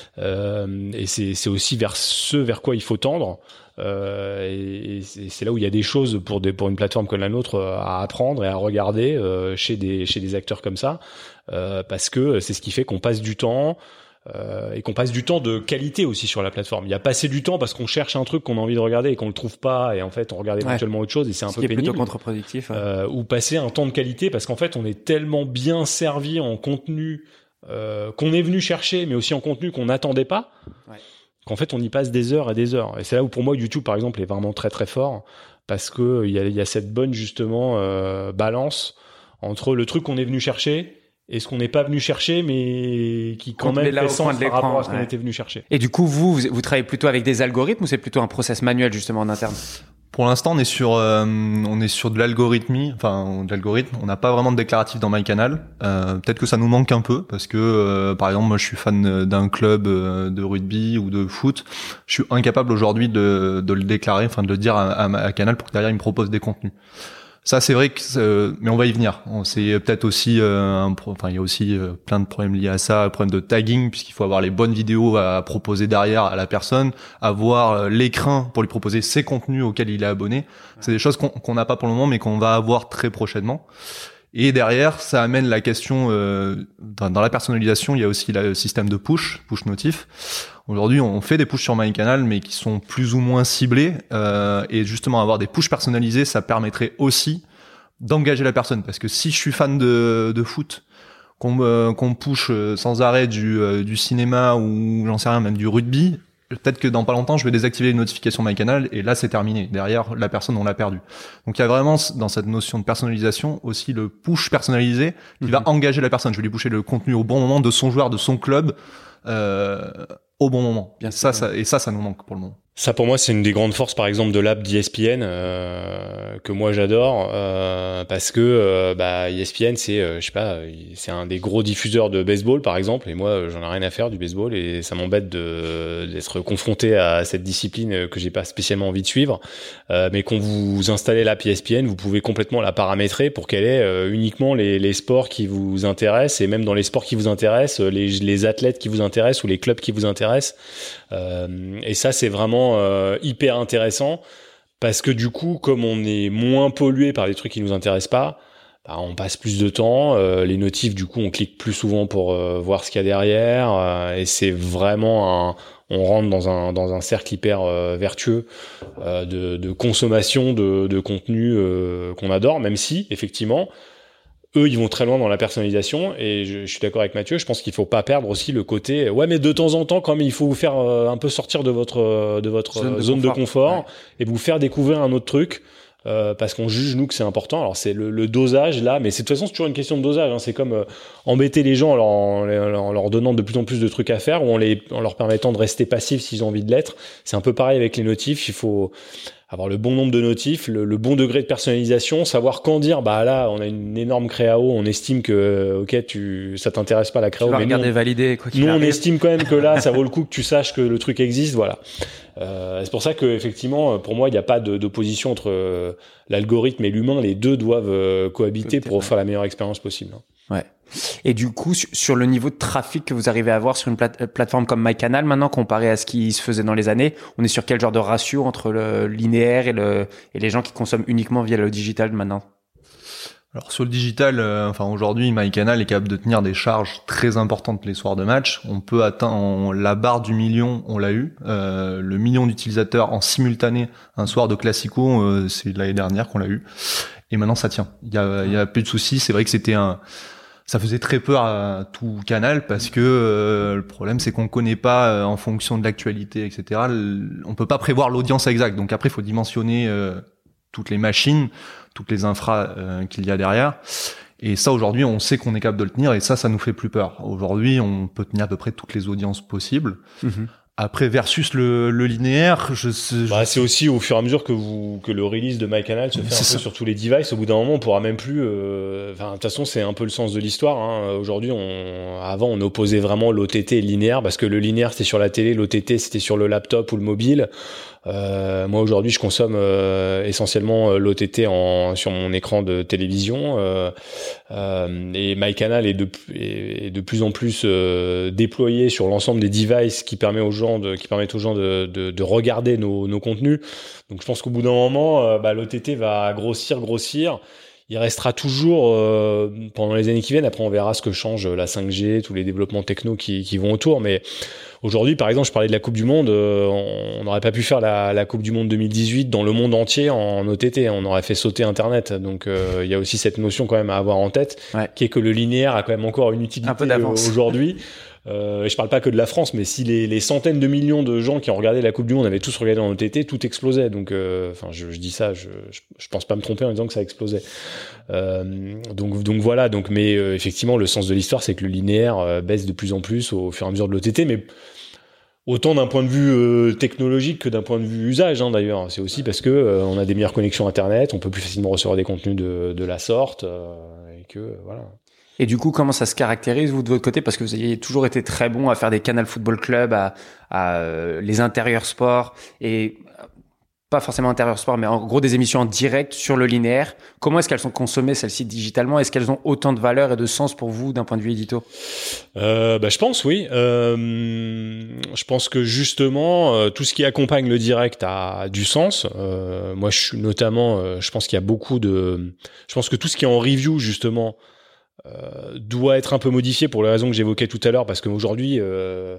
Euh, et c'est, c'est aussi vers ce vers quoi il faut tendre. Euh, et, et c'est, c'est là où il y a des choses pour des, pour une plateforme comme la nôtre euh, à apprendre et à regarder euh, chez des chez des acteurs comme ça, euh, parce que c'est ce qui fait qu'on passe du temps. Euh, et qu'on passe du temps de qualité aussi sur la plateforme. Il y a passé du temps parce qu'on cherche un truc qu'on a envie de regarder et qu'on le trouve pas, et en fait on regarde éventuellement ouais. autre chose et c'est un ce peu qui est pénible. Plutôt contre-productif. Ouais. Euh, ou passer un temps de qualité parce qu'en fait on est tellement bien servi en contenu euh, qu'on est venu chercher, mais aussi en contenu qu'on n'attendait pas, ouais. qu'en fait on y passe des heures et des heures. Et c'est là où pour moi YouTube par exemple est vraiment très très fort parce que il y a, il y a cette bonne justement euh, balance entre le truc qu'on est venu chercher et ce qu'on n'est pas venu chercher, mais qui quand même fait sens par rapport à ce qu'on ouais. était venu chercher. Et du coup, vous, vous, vous travaillez plutôt avec des algorithmes ou c'est plutôt un process manuel justement en interne ? Pour l'instant, on est sur, euh, on est sur de l'algorithmie, enfin de l'algorithme. On n'a pas vraiment de déclaratif dans MyCanal. Euh, peut-être que ça nous manque un peu parce que, euh, par exemple, moi, je suis fan d'un club de rugby ou de foot. Je suis incapable aujourd'hui de, de le déclarer, enfin de le dire à, à, à Canal pour que derrière il me propose des contenus. Ça, c'est vrai que, euh, mais on va y venir. C'est peut-être aussi, euh, un pro... enfin, il y a aussi euh, plein de problèmes liés à ça, le problème de tagging, puisqu'il faut avoir les bonnes vidéos à proposer derrière à la personne, avoir euh, l'écran pour lui proposer ses contenus auxquels il est abonné. C'est des choses qu'on qu'on n'a pas pour le moment, mais qu'on va avoir très prochainement. Et derrière, ça amène la question, euh, dans, dans la personnalisation, il y a aussi le système de push, push notif. Aujourd'hui, on fait des pushs sur MyCanal, mais qui sont plus ou moins ciblés. Euh, et justement, avoir des pushs personnalisés, ça permettrait aussi d'engager la personne. Parce que si je suis fan de, de foot, qu'on me, qu'on me push sans arrêt du, euh, du cinéma ou j'en sais rien, même du rugby, peut-être que dans pas longtemps, je vais désactiver les notifications MyCanal et là, c'est terminé. Derrière, la personne, on l'a perdu. Donc, il y a vraiment, dans cette notion de personnalisation, aussi le push personnalisé qui mmh. va engager la personne. Je vais lui pusher le contenu au bon moment de son joueur, de son club, euh, au bon moment. Bien ça, ça, et ça, ça nous manque pour le moment. Ça, pour moi, c'est une des grandes forces, par exemple, de l'app d'E S P N, euh, que moi j'adore, euh, parce que euh, bah, E S P N, c'est, euh, je sais pas, c'est un des gros diffuseurs de baseball, par exemple, et moi, j'en ai rien à faire du baseball, et ça m'embête de d'être confronté à cette discipline que j'ai pas spécialement envie de suivre. Euh, mais quand vous installez l'app E S P N, vous pouvez complètement la paramétrer pour qu'elle ait euh, uniquement les, les sports qui vous intéressent, et même dans les sports qui vous intéressent, les, les athlètes qui vous intéressent ou les clubs qui vous intéressent. Euh, et ça, c'est vraiment Euh, hyper intéressant parce que du coup, comme on est moins pollué par les trucs qui nous intéressent pas, bah, on passe plus de temps. Euh, les notifs, du coup, on clique plus souvent pour euh, voir ce qu'il y a derrière, euh, et c'est vraiment un, on rentre dans un dans un cercle hyper euh, vertueux euh, de, de consommation de, de contenu euh, qu'on adore, même si effectivement. Eux, ils vont très loin dans la personnalisation, et je, je suis d'accord avec Mathieu, je pense qu'il faut pas perdre aussi le côté, ouais, mais de temps en temps, quand même, il faut vous faire euh, un peu sortir de votre, de votre zone, zone de confort, de confort ouais. et vous faire découvrir un autre truc, euh, parce qu'on juge, nous, que c'est important. Alors, c'est le, le dosage, là, mais c'est, de toute façon, c'est toujours une question de dosage, hein. C'est comme euh, embêter les gens en leur, en, en leur donnant de plus en plus de trucs à faire, ou en, les, en leur permettant de rester passifs s'ils ont envie de l'être. C'est un peu pareil avec les notifs, il faut... avoir le bon nombre de notifs, le, le bon degré de personnalisation, savoir quand dire bah là on a une énorme créao, on estime que ok tu ça t'intéresse pas la créao, tu vas mais regarder nous, valider quoi qu'il nous on arrive. estime quand même que là ça vaut le coup que tu saches que le truc existe, voilà. Euh, c'est pour ça que effectivement pour moi il n'y a pas de, d'opposition entre euh, l'algorithme et l'humain, les deux doivent euh, cohabiter pour ouais. faire la meilleure expérience possible. Ouais. Et du coup, sur le niveau de trafic que vous arrivez à avoir sur une plate- plateforme comme MyCanal, maintenant, comparé à ce qui se faisait dans les années, on est sur quel genre de ratio entre le linéaire et, le, et les gens qui consomment uniquement via le digital maintenant? Alors sur le digital, euh, enfin aujourd'hui, MyCanal est capable de tenir des charges très importantes les soirs de match. On peut atteindre on, la barre du million, on l'a eu. Euh, le million d'utilisateurs en simultané un soir de Classico, euh, c'est l'année dernière qu'on l'a eu. Et maintenant ça tient. Il y a, il y a plus de soucis. C'est vrai que c'était un ça faisait très peur à tout Canal parce que euh, le problème c'est qu'on connaît pas euh, en fonction de l'actualité, et cetera. On peut pas prévoir l'audience exacte. Donc après, il faut dimensionner euh, toutes les machines, toutes les infras euh, qu'il y a derrière. Et ça, aujourd'hui, on sait qu'on est capable de le tenir et ça, ça nous fait plus peur. Aujourd'hui, on peut tenir à peu près toutes les audiences possibles. Mmh. Après, versus le, le linéaire, je sais... Bah, c'est aussi au fur et à mesure que vous que le release de MyCanal se fait c'est un ça. peu sur tous les devices. Au bout d'un moment, on pourra même plus... Euh... Enfin, de toute façon, c'est un peu le sens de l'histoire. Hein. Aujourd'hui, on... avant, on opposait vraiment l'O T T et le linéaire parce que le linéaire, c'était sur la télé, l'O T T, c'était sur le laptop ou le mobile. Euh, moi aujourd'hui je consomme euh, essentiellement euh, l'O T T en, sur mon écran de télévision euh, euh, et MyCanal est de, est, est de plus en plus euh, déployé sur l'ensemble des devices qui permet aux gens de, qui permettent aux gens de, de, de regarder nos, nos contenus. Donc je pense qu'au bout d'un moment euh, bah, l'O T T va grossir grossir. Il restera toujours euh, pendant les années qui viennent. Après on verra ce que change la cinq G, tous les développements techno qui, qui vont autour, mais aujourd'hui, par exemple, je parlais de la Coupe du Monde. Euh, on n'aurait pas pu faire la, la Coupe du Monde deux mille dix-huit dans le monde entier en O T T. On aurait fait sauter Internet. Donc, il euh, y a aussi cette notion quand même à avoir en tête, ouais. qui est que le linéaire a quand même encore une utilité un peu d'avance. aujourd'hui. Euh, et je parle pas que de la France, mais si les, les centaines de millions de gens qui ont regardé la Coupe du Monde avaient tous regardé en O T T, tout explosait. Donc, enfin, euh, je, je dis ça, je, je, je pense pas me tromper en disant que ça explosait. Euh, donc, donc voilà. Donc, mais euh, effectivement, le sens de l'histoire, c'est que le linéaire euh, baisse de plus en plus au fur et à mesure de l'O T T, mais autant d'un point de vue euh, technologique que d'un point de vue usage, hein, d'ailleurs. C'est aussi parce que euh, on a des meilleures connexions Internet, on peut plus facilement recevoir des contenus de, de la sorte, euh, et que euh, voilà. Et du coup, comment ça se caractérise, vous, de votre côté? Parce que vous avez toujours été très bon à faire des Canal Football Club, à, à euh, les intérieurs sports, et pas forcément intérieurs sport, mais en gros des émissions en direct sur le linéaire. Comment est-ce qu'elles sont consommées, celles-ci, digitalement? Est-ce qu'elles ont autant de valeur et de sens pour vous d'un point de vue édito? euh, bah, Je pense, oui. Euh, je pense que justement, euh, tout ce qui accompagne le direct a, a du sens. Euh, moi, je suis notamment, euh, je pense qu'il y a beaucoup de... Je pense que tout ce qui est en review, justement, Euh, doit être un peu modifié pour les raisons que j'évoquais tout à l'heure, parce qu'aujourd'hui euh,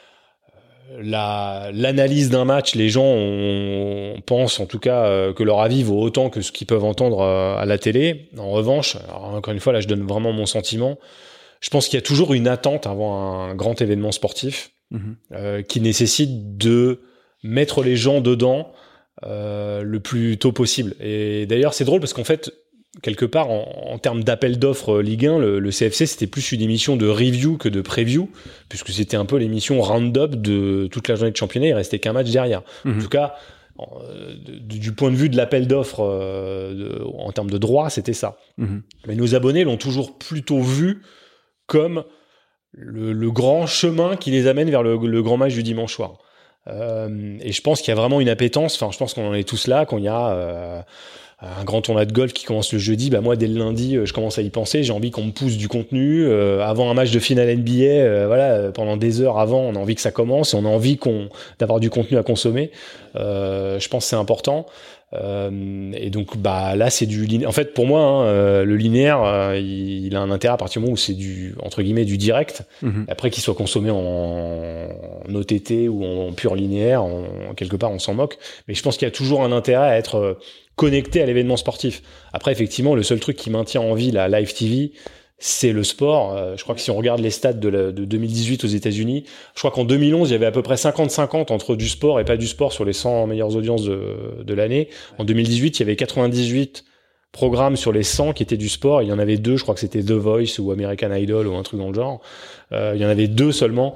la, l'analyse d'un match, les gens on, on pense en tout cas euh, que leur avis vaut autant que ce qu'ils peuvent entendre euh, à la télé. En revanche, alors encore une fois là je donne vraiment mon sentiment, je pense qu'il y a toujours une attente avant un grand événement sportif mmh. euh, qui nécessite de mettre les gens dedans euh, le plus tôt possible. Et d'ailleurs c'est drôle parce qu'en fait quelque part, en, en termes d'appel d'offres Ligue un, le, le C F C, c'était plus une émission de review que de preview, puisque c'était un peu l'émission round-up de toute la journée de championnat, il restait qu'un match derrière. Mmh. En tout cas, en, de, du point de vue de l'appel d'offres, euh, de, en termes de droit, c'était ça. Mmh. Mais nos abonnés l'ont toujours plutôt vu comme le, le grand chemin qui les amène vers le, le grand match du dimanche soir. Euh, et je pense qu'il y a vraiment une appétence, enfin je pense qu'on en est tous là, quand il y a... Euh, un grand tournoi de golf qui commence le jeudi, bah moi dès le lundi je commence à y penser, j'ai envie qu'on me pousse du contenu euh, avant un match de finale N B A, euh, voilà, pendant des heures avant on a envie que ça commence et on a envie qu'on d'avoir du contenu à consommer. Euh, je pense que c'est important. Euh, et donc bah là c'est du linéaire. En fait pour moi hein, euh, le linéaire euh, il, il a un intérêt à partir du moment où c'est du entre guillemets du direct. Mm-hmm. Après qu'il soit consommé en, en O T T ou en pur linéaire, en, quelque part on s'en moque. Mais je pense qu'il y a toujours un intérêt à être euh, connecté à l'événement sportif. Après effectivement le seul truc qui maintient en vie la live T V c'est le sport. Euh, je crois que si on regarde les stats de, la, de deux mille dix-huit aux États-Unis, je crois qu'en deux mille onze, il y avait à peu près cinquante cinquante entre du sport et pas du sport sur les cent meilleures audiences de, de l'année. En deux mille dix-huit, il y avait quatre-vingt-dix-huit programmes sur les cent qui étaient du sport. Il y en avait deux, je crois que c'était The Voice ou American Idol ou un truc dans le genre. Euh, il y en avait deux seulement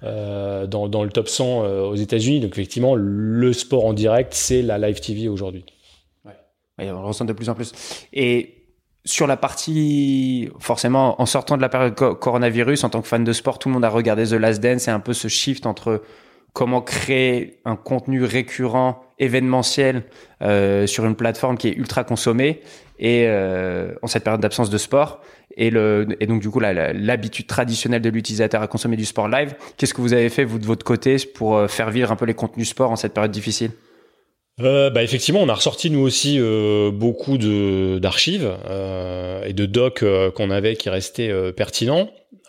euh, dans, dans le top cent euh, aux États-Unis. Donc effectivement, le sport en direct, c'est la live T V aujourd'hui. Ouais. Et on le ressent de plus en plus. Et sur la partie, forcément, en sortant de la période co- coronavirus, en tant que fan de sport, tout le monde a regardé The Last Dance et un peu ce shift entre comment créer un contenu récurrent, événementiel, euh, sur une plateforme qui est ultra consommée et euh, en cette période d'absence de sport et le et donc du coup la, la, l'habitude traditionnelle de l'utilisateur à consommer du sport live. Qu'est-ce que vous avez fait vous de votre côté pour faire vivre un peu les contenus sport en cette période difficile? Euh, bah effectivement, on a ressorti nous aussi euh, beaucoup de d'archives euh, et de docs euh, qu'on avait qui restaient euh, pertinents.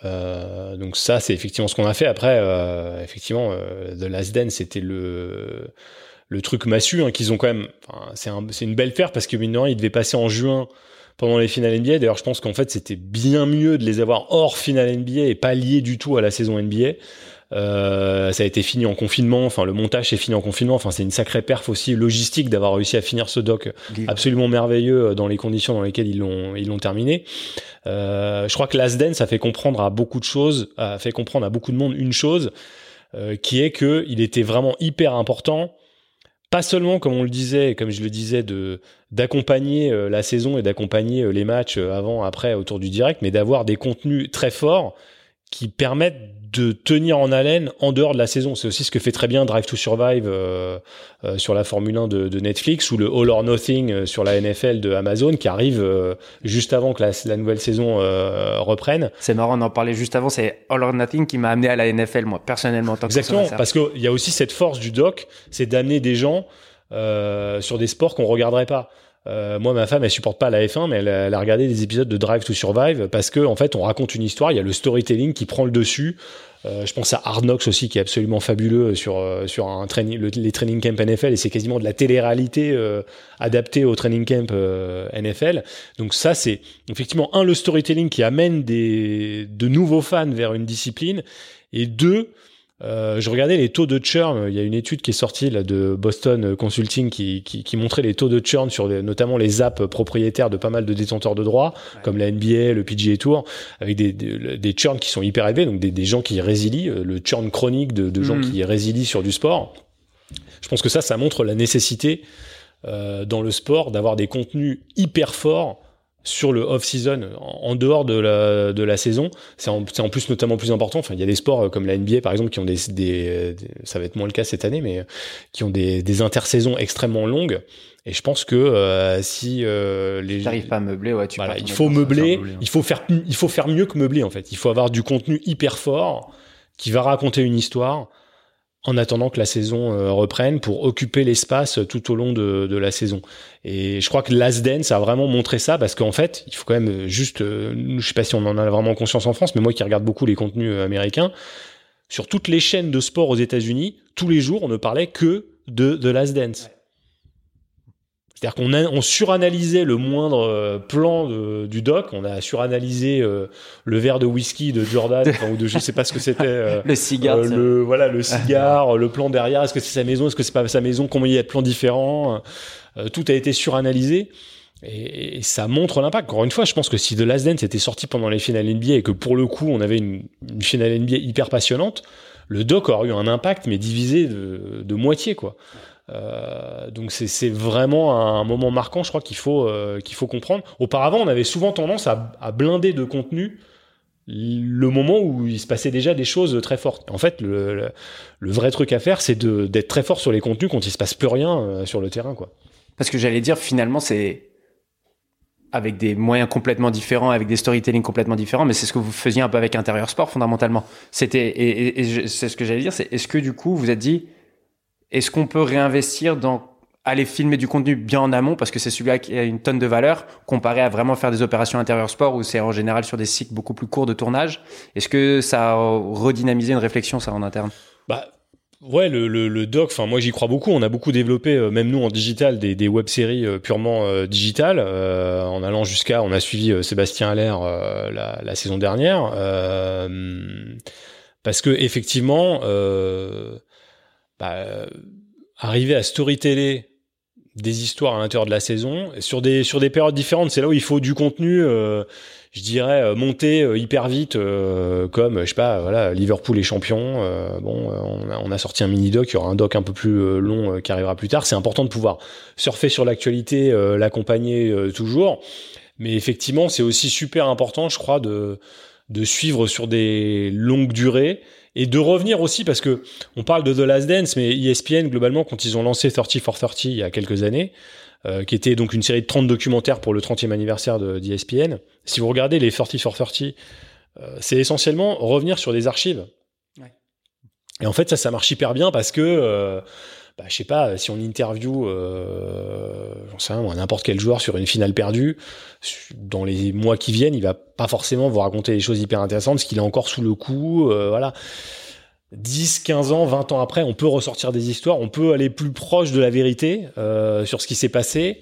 Euh, donc ça, c'est effectivement ce qu'on a fait. Après, euh, effectivement, euh, The Last Dance, c'était le le truc massu hein, qu'ils ont quand même. Enfin, c'est un, c'est une belle faire parce que mine de rien, il devait passer en juin pendant les finales N B A. D'ailleurs, je pense qu'en fait, c'était bien mieux de les avoir hors finale N B A et pas liés du tout à la saison N B A. Euh, ça a été fini en confinement, enfin le montage s'est fini en confinement, enfin c'est une sacrée perf aussi logistique d'avoir réussi à finir ce doc absolument merveilleux dans les conditions dans lesquelles ils l'ont ils l'ont terminé. Euh, je crois que Last Dance a fait comprendre à beaucoup de choses, a fait comprendre à beaucoup de monde une chose, euh, qui est que il était vraiment hyper important, pas seulement comme on le disait, comme je le disais, de d'accompagner euh, la saison et d'accompagner euh, les matchs euh, avant, après, autour du direct, mais d'avoir des contenus très forts qui permettent de tenir en haleine en dehors de la saison. C'est aussi ce que fait très bien Drive to Survive euh, euh, sur la Formule un de, de Netflix ou le All or Nothing euh, sur la N F L de Amazon qui arrive euh, juste avant que la, la nouvelle saison euh, reprenne. C'est marrant, on en parlait juste avant, c'est All or Nothing qui m'a amené à la N F L, moi, personnellement. En tant que Exactement, parce qu'il y a aussi cette force du doc, c'est d'amener des gens euh, sur des sports qu'on regarderait pas. Euh, moi, ma femme, elle supporte pas la F un, mais elle a, elle a regardé des épisodes de Drive to Survive parce que, en fait, on raconte une histoire. Il y a le storytelling qui prend le dessus. Euh, je pense à Hard Knocks aussi, qui est absolument fabuleux sur euh, sur un training, le, les training camps N F L, et c'est quasiment de la télé-réalité euh, adaptée au training camp euh, N F L. Donc ça, c'est effectivement un le storytelling qui amène des de nouveaux fans vers une discipline, et deux. Euh, je regardais les taux de churn. Il y a une étude qui est sortie là de Boston Consulting qui, qui, qui montrait les taux de churn sur les, notamment les apps propriétaires de pas mal de détenteurs de droits, ouais. comme la N B A, le P G A Tour, avec des, des, des churns qui sont hyper élevés, donc des, des gens qui résilient, le churn chronique de, de gens mmh. qui résilient sur du sport. Je pense que ça, ça montre la nécessité euh, dans le sport d'avoir des contenus hyper forts sur le off-season, en, en dehors de la, de la saison. C'est en, c'est en plus notamment plus important. Enfin, il y a des sports comme la N B A, par exemple, qui ont des, des, des ça va être moins le cas cette année, mais qui ont des, des intersaisons extrêmement longues. Et je pense que euh, si euh, les t'arrives pas à meubler, ouais, tu voilà, il faut meubler, meubler hein. il faut faire, il faut faire mieux que meubler en fait. Il faut avoir du contenu hyper fort qui va raconter une histoire en attendant que la saison euh, reprenne pour occuper l'espace tout au long de, de la saison. Et je crois que Last Dance a vraiment montré ça parce qu'en fait, il faut quand même juste, euh, je sais pas si on en a vraiment conscience en France, mais moi qui regarde beaucoup les contenus euh, américains, sur toutes les chaînes de sport aux États-Unis, tous les jours, on ne parlait que de The Last Dance. Ouais. C'est-à-dire qu'on a, on suranalysait le moindre euh, plan de, du doc, on a suranalysé euh, le verre de whisky de Jordan, enfin, ou de je sais pas ce que c'était. Euh, le cigare. Euh, le, voilà, le cigare, le plan derrière, est-ce que c'est sa maison, est-ce que c'est pas sa maison, combien il y a de plans différents, euh, tout a été suranalysé. Et, et ça montre l'impact. Encore une fois, je pense que si The Last Dance était sorti pendant les finales N B A et que pour le coup, on avait une, une finale N B A hyper passionnante, le doc aurait eu un impact, mais divisé de, de moitié, quoi. Euh, donc c'est, c'est vraiment un moment marquant, je crois qu'il faut euh, qu'il faut comprendre. Auparavant, on avait souvent tendance à, à blinder de contenu le moment où il se passait déjà des choses très fortes. En fait, le, le, le vrai truc à faire, c'est de, d'être très fort sur les contenus quand il se passe plus rien euh, sur le terrain, quoi. Parce que j'allais dire, finalement, c'est avec des moyens complètement différents, avec des storytelling complètement différents, mais c'est ce que vous faisiez un peu avec Intérieur Sport, fondamentalement. C'était et, et, et je, c'est ce que j'allais dire, c'est est-ce que du coup, vous êtes dit est-ce qu'on peut réinvestir dans aller filmer du contenu bien en amont parce que c'est celui-là qui a une tonne de valeur comparé à vraiment faire des opérations intérieur sport où c'est en général sur des cycles beaucoup plus courts de tournage. Est-ce que ça a redynamisé une réflexion ça en interne? Bah ouais, le, le, le doc, enfin moi j'y crois beaucoup. On a beaucoup développé, euh, même nous en digital, des, des web-séries euh, purement euh, digitales, euh, en allant jusqu'à, on a suivi euh, Sébastien Haller euh, la, la saison dernière, euh, parce que effectivement. Euh, Bah, euh, arriver à storyteller des histoires à l'intérieur de la saison sur des sur des périodes différentes. C'est là où il faut du contenu. Euh, je dirais euh, monter euh, hyper vite, euh, comme je sais pas, voilà, Liverpool est champion. Euh, bon, euh, on, a, on a sorti un mini doc. Il y aura un doc un peu plus euh, long euh, qui arrivera plus tard. C'est important de pouvoir surfer sur l'actualité, euh, l'accompagner euh, toujours. Mais effectivement, c'est aussi super important, je crois, de de suivre sur des longues durées. Et de revenir aussi, parce que on parle de The Last Dance, mais E S P N, globalement, quand ils ont lancé thirty for thirty il y a quelques années, euh, qui était donc une série de trente documentaires pour le trentième anniversaire de d'E S P N, si vous regardez les thirty for thirty, euh, c'est essentiellement revenir sur des archives. Ouais. Et en fait, ça, ça marche hyper bien parce que, euh, bah, je sais pas, si on interview, euh, j'en sais rien, moi, n'importe quel joueur sur une finale perdue, dans les mois qui viennent, il va pas forcément vous raconter des choses hyper intéressantes parce qu'il est encore sous le coup, euh, voilà. dix, quinze ans, vingt ans après, on peut ressortir des histoires, on peut aller plus proche de la vérité, euh, sur ce qui s'est passé.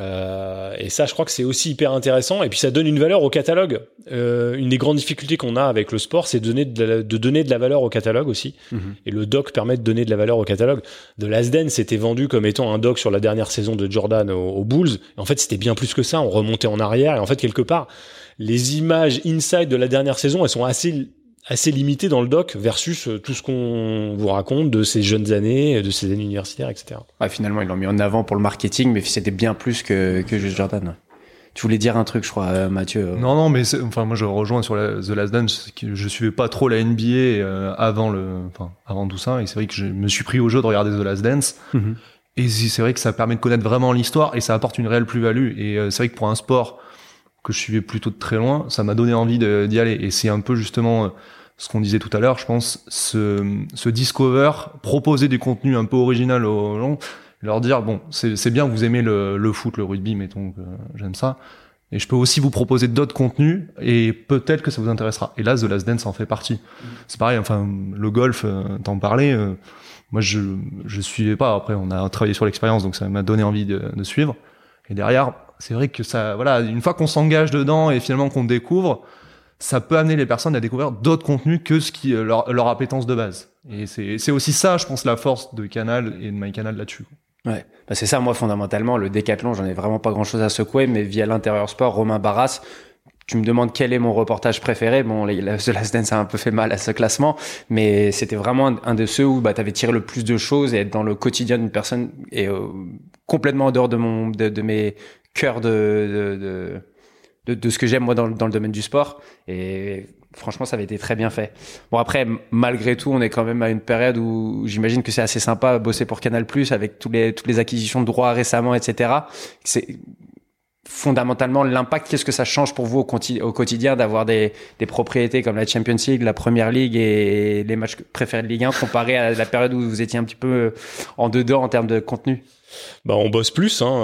Euh, et ça, je crois que c'est aussi hyper intéressant. Et puis, ça donne une valeur au catalogue. Euh, une des grandes difficultés qu'on a avec le sport, c'est de donner de, la, de donner de la valeur au catalogue aussi. Mm-hmm. Et le doc permet de donner de la valeur au catalogue. The Last Dance c'était vendu comme étant un doc sur la dernière saison de Jordan aux, aux Bulls. Et en fait, c'était bien plus que ça. On remontait en arrière. Et en fait, quelque part, les images inside de la dernière saison, elles sont assez assez limité dans le doc versus tout ce qu'on vous raconte de ces jeunes années, de ces années universitaires, et cetera. Ouais, finalement, ils l'ont mis en avant pour le marketing, mais c'était bien plus que, que juste Jordan. Tu voulais dire un truc, je crois, euh, Mathieu. Euh... Non, non, mais c'est, enfin, moi, je rejoins sur la, The Last Dance. Je suivais pas trop la N B A euh, avant le, enfin, avant tout ça, et c'est vrai que je me suis pris au jeu de regarder The Last Dance. Mm-hmm. Et c'est vrai que ça permet de connaître vraiment l'histoire et ça apporte une réelle plus-value. Et euh, c'est vrai que pour un sport que je suivais plutôt de très loin, ça m'a donné envie de, d'y aller. Et c'est un peu justement euh, ce qu'on disait tout à l'heure, je pense, ce, ce discover, proposer du contenu un peu original aux gens, leur dire, bon, c'est, c'est bien que vous aimez le, le foot, le rugby, mettons que j'aime ça, et je peux aussi vous proposer d'autres contenus, et peut-être que ça vous intéressera. Et là, The Last Dance en fait partie. Mmh. C'est pareil, enfin, le golf, euh, t'en parlais, euh, moi je je suivais pas, après on a travaillé sur l'expérience, donc ça m'a donné envie de, de suivre, et derrière, c'est vrai que ça, voilà, une fois qu'on s'engage dedans, et finalement qu'on découvre, ça peut amener les personnes à découvrir d'autres contenus que ce qui leur, leur appétence de base. Et c'est, c'est aussi ça, je pense, la force de Canal et de MyCanal là-dessus. Ouais, bah c'est ça, moi, fondamentalement, le décathlon, j'en ai vraiment pas grand-chose à secouer, mais via l'intérieur sport, Romain Barras, tu me demandes quel est mon reportage préféré. Bon, The Last Dance a un peu fait mal à ce classement, mais c'était vraiment un, un de ceux où bah, t'avais tiré le plus de choses et être dans le quotidien d'une personne et euh, complètement en dehors de mon, de, de mes cœurs de, de, de De, de ce que j'aime moi dans, dans le domaine du sport, et franchement ça avait été très bien fait. Bon, après malgré tout on est quand même à une période où j'imagine que c'est assez sympa de bosser pour Canal+, avec tous les, toutes les acquisitions de droits récemment, etc. C'est fondamentalement l'impact, qu'est-ce que ça change pour vous au, conti- au quotidien d'avoir des, des propriétés comme la Champions League, la Premier League et les matchs préférés de Ligue un comparé à la période où vous étiez un petit peu en dedans en termes de contenu? Bah, on bosse plus, hein.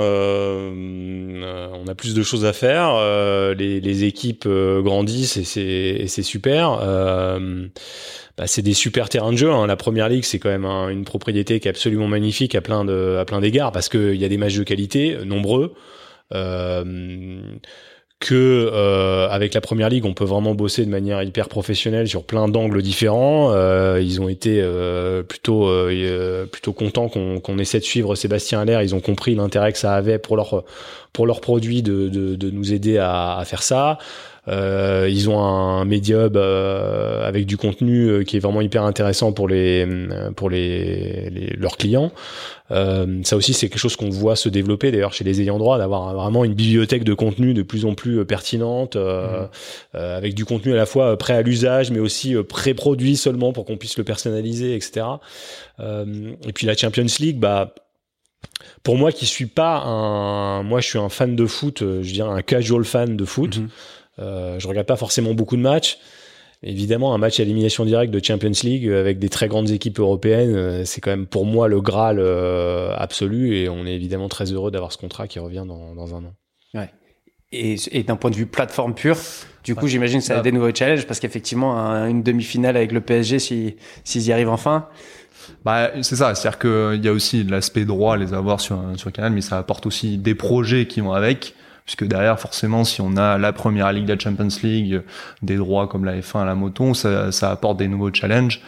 Euh, on a plus de choses à faire. Euh, les, les équipes euh, grandissent et c'est, et c'est super. Euh, bah, c'est des super terrains de jeu. Hein. La Première Ligue, c'est quand même un, une propriété qui est absolument magnifique à plein de, à plein d'égards parce que il y a des matchs de qualité nombreux. Euh, que euh, avec la Première Ligue on peut vraiment bosser de manière hyper professionnelle sur plein d'angles différents. Euh, ils ont été euh, plutôt euh, plutôt contents qu'on, qu'on essaie de suivre Sébastien Haller. Ils ont compris l'intérêt que ça avait pour leur pour leurs produits de, de de nous aider à, à faire ça. Euh, ils ont un média hub euh, avec du contenu euh, qui est vraiment hyper intéressant pour les pour les, les leurs clients. Euh, ça aussi c'est quelque chose qu'on voit se développer d'ailleurs chez les ayants droit, d'avoir vraiment une bibliothèque de contenu de plus en plus pertinente, euh, mmh. euh, avec du contenu à la fois prêt à l'usage mais aussi pré-produit seulement pour qu'on puisse le personnaliser, et cetera. Euh, et puis la Champions League, bah pour moi qui suis pas un, moi je suis un fan de foot, je dirais un casual fan de foot. Mmh. Euh, je regarde pas forcément beaucoup de matchs. Évidemment, un match à élimination directe de Champions League avec des très grandes équipes européennes, c'est quand même pour moi le Graal euh, absolu, et on est évidemment très heureux d'avoir ce contrat qui revient dans, dans un an. Ouais. Et, et d'un point de vue plateforme pure, du coup, ouais. J'imagine que ça a des nouveaux challenges parce qu'effectivement, un, une demi-finale avec le P S G, si, s'ils y arrivent enfin. Bah, c'est ça. C'est-à-dire qu'il y a aussi l'aspect droit à les avoir sur, sur Canal, mais ça apporte aussi des projets qui vont avec. Puisque derrière, forcément, si on a la Première Ligue, la Champions League, des droits comme la F un à la moto, ça, ça apporte des nouveaux challenges.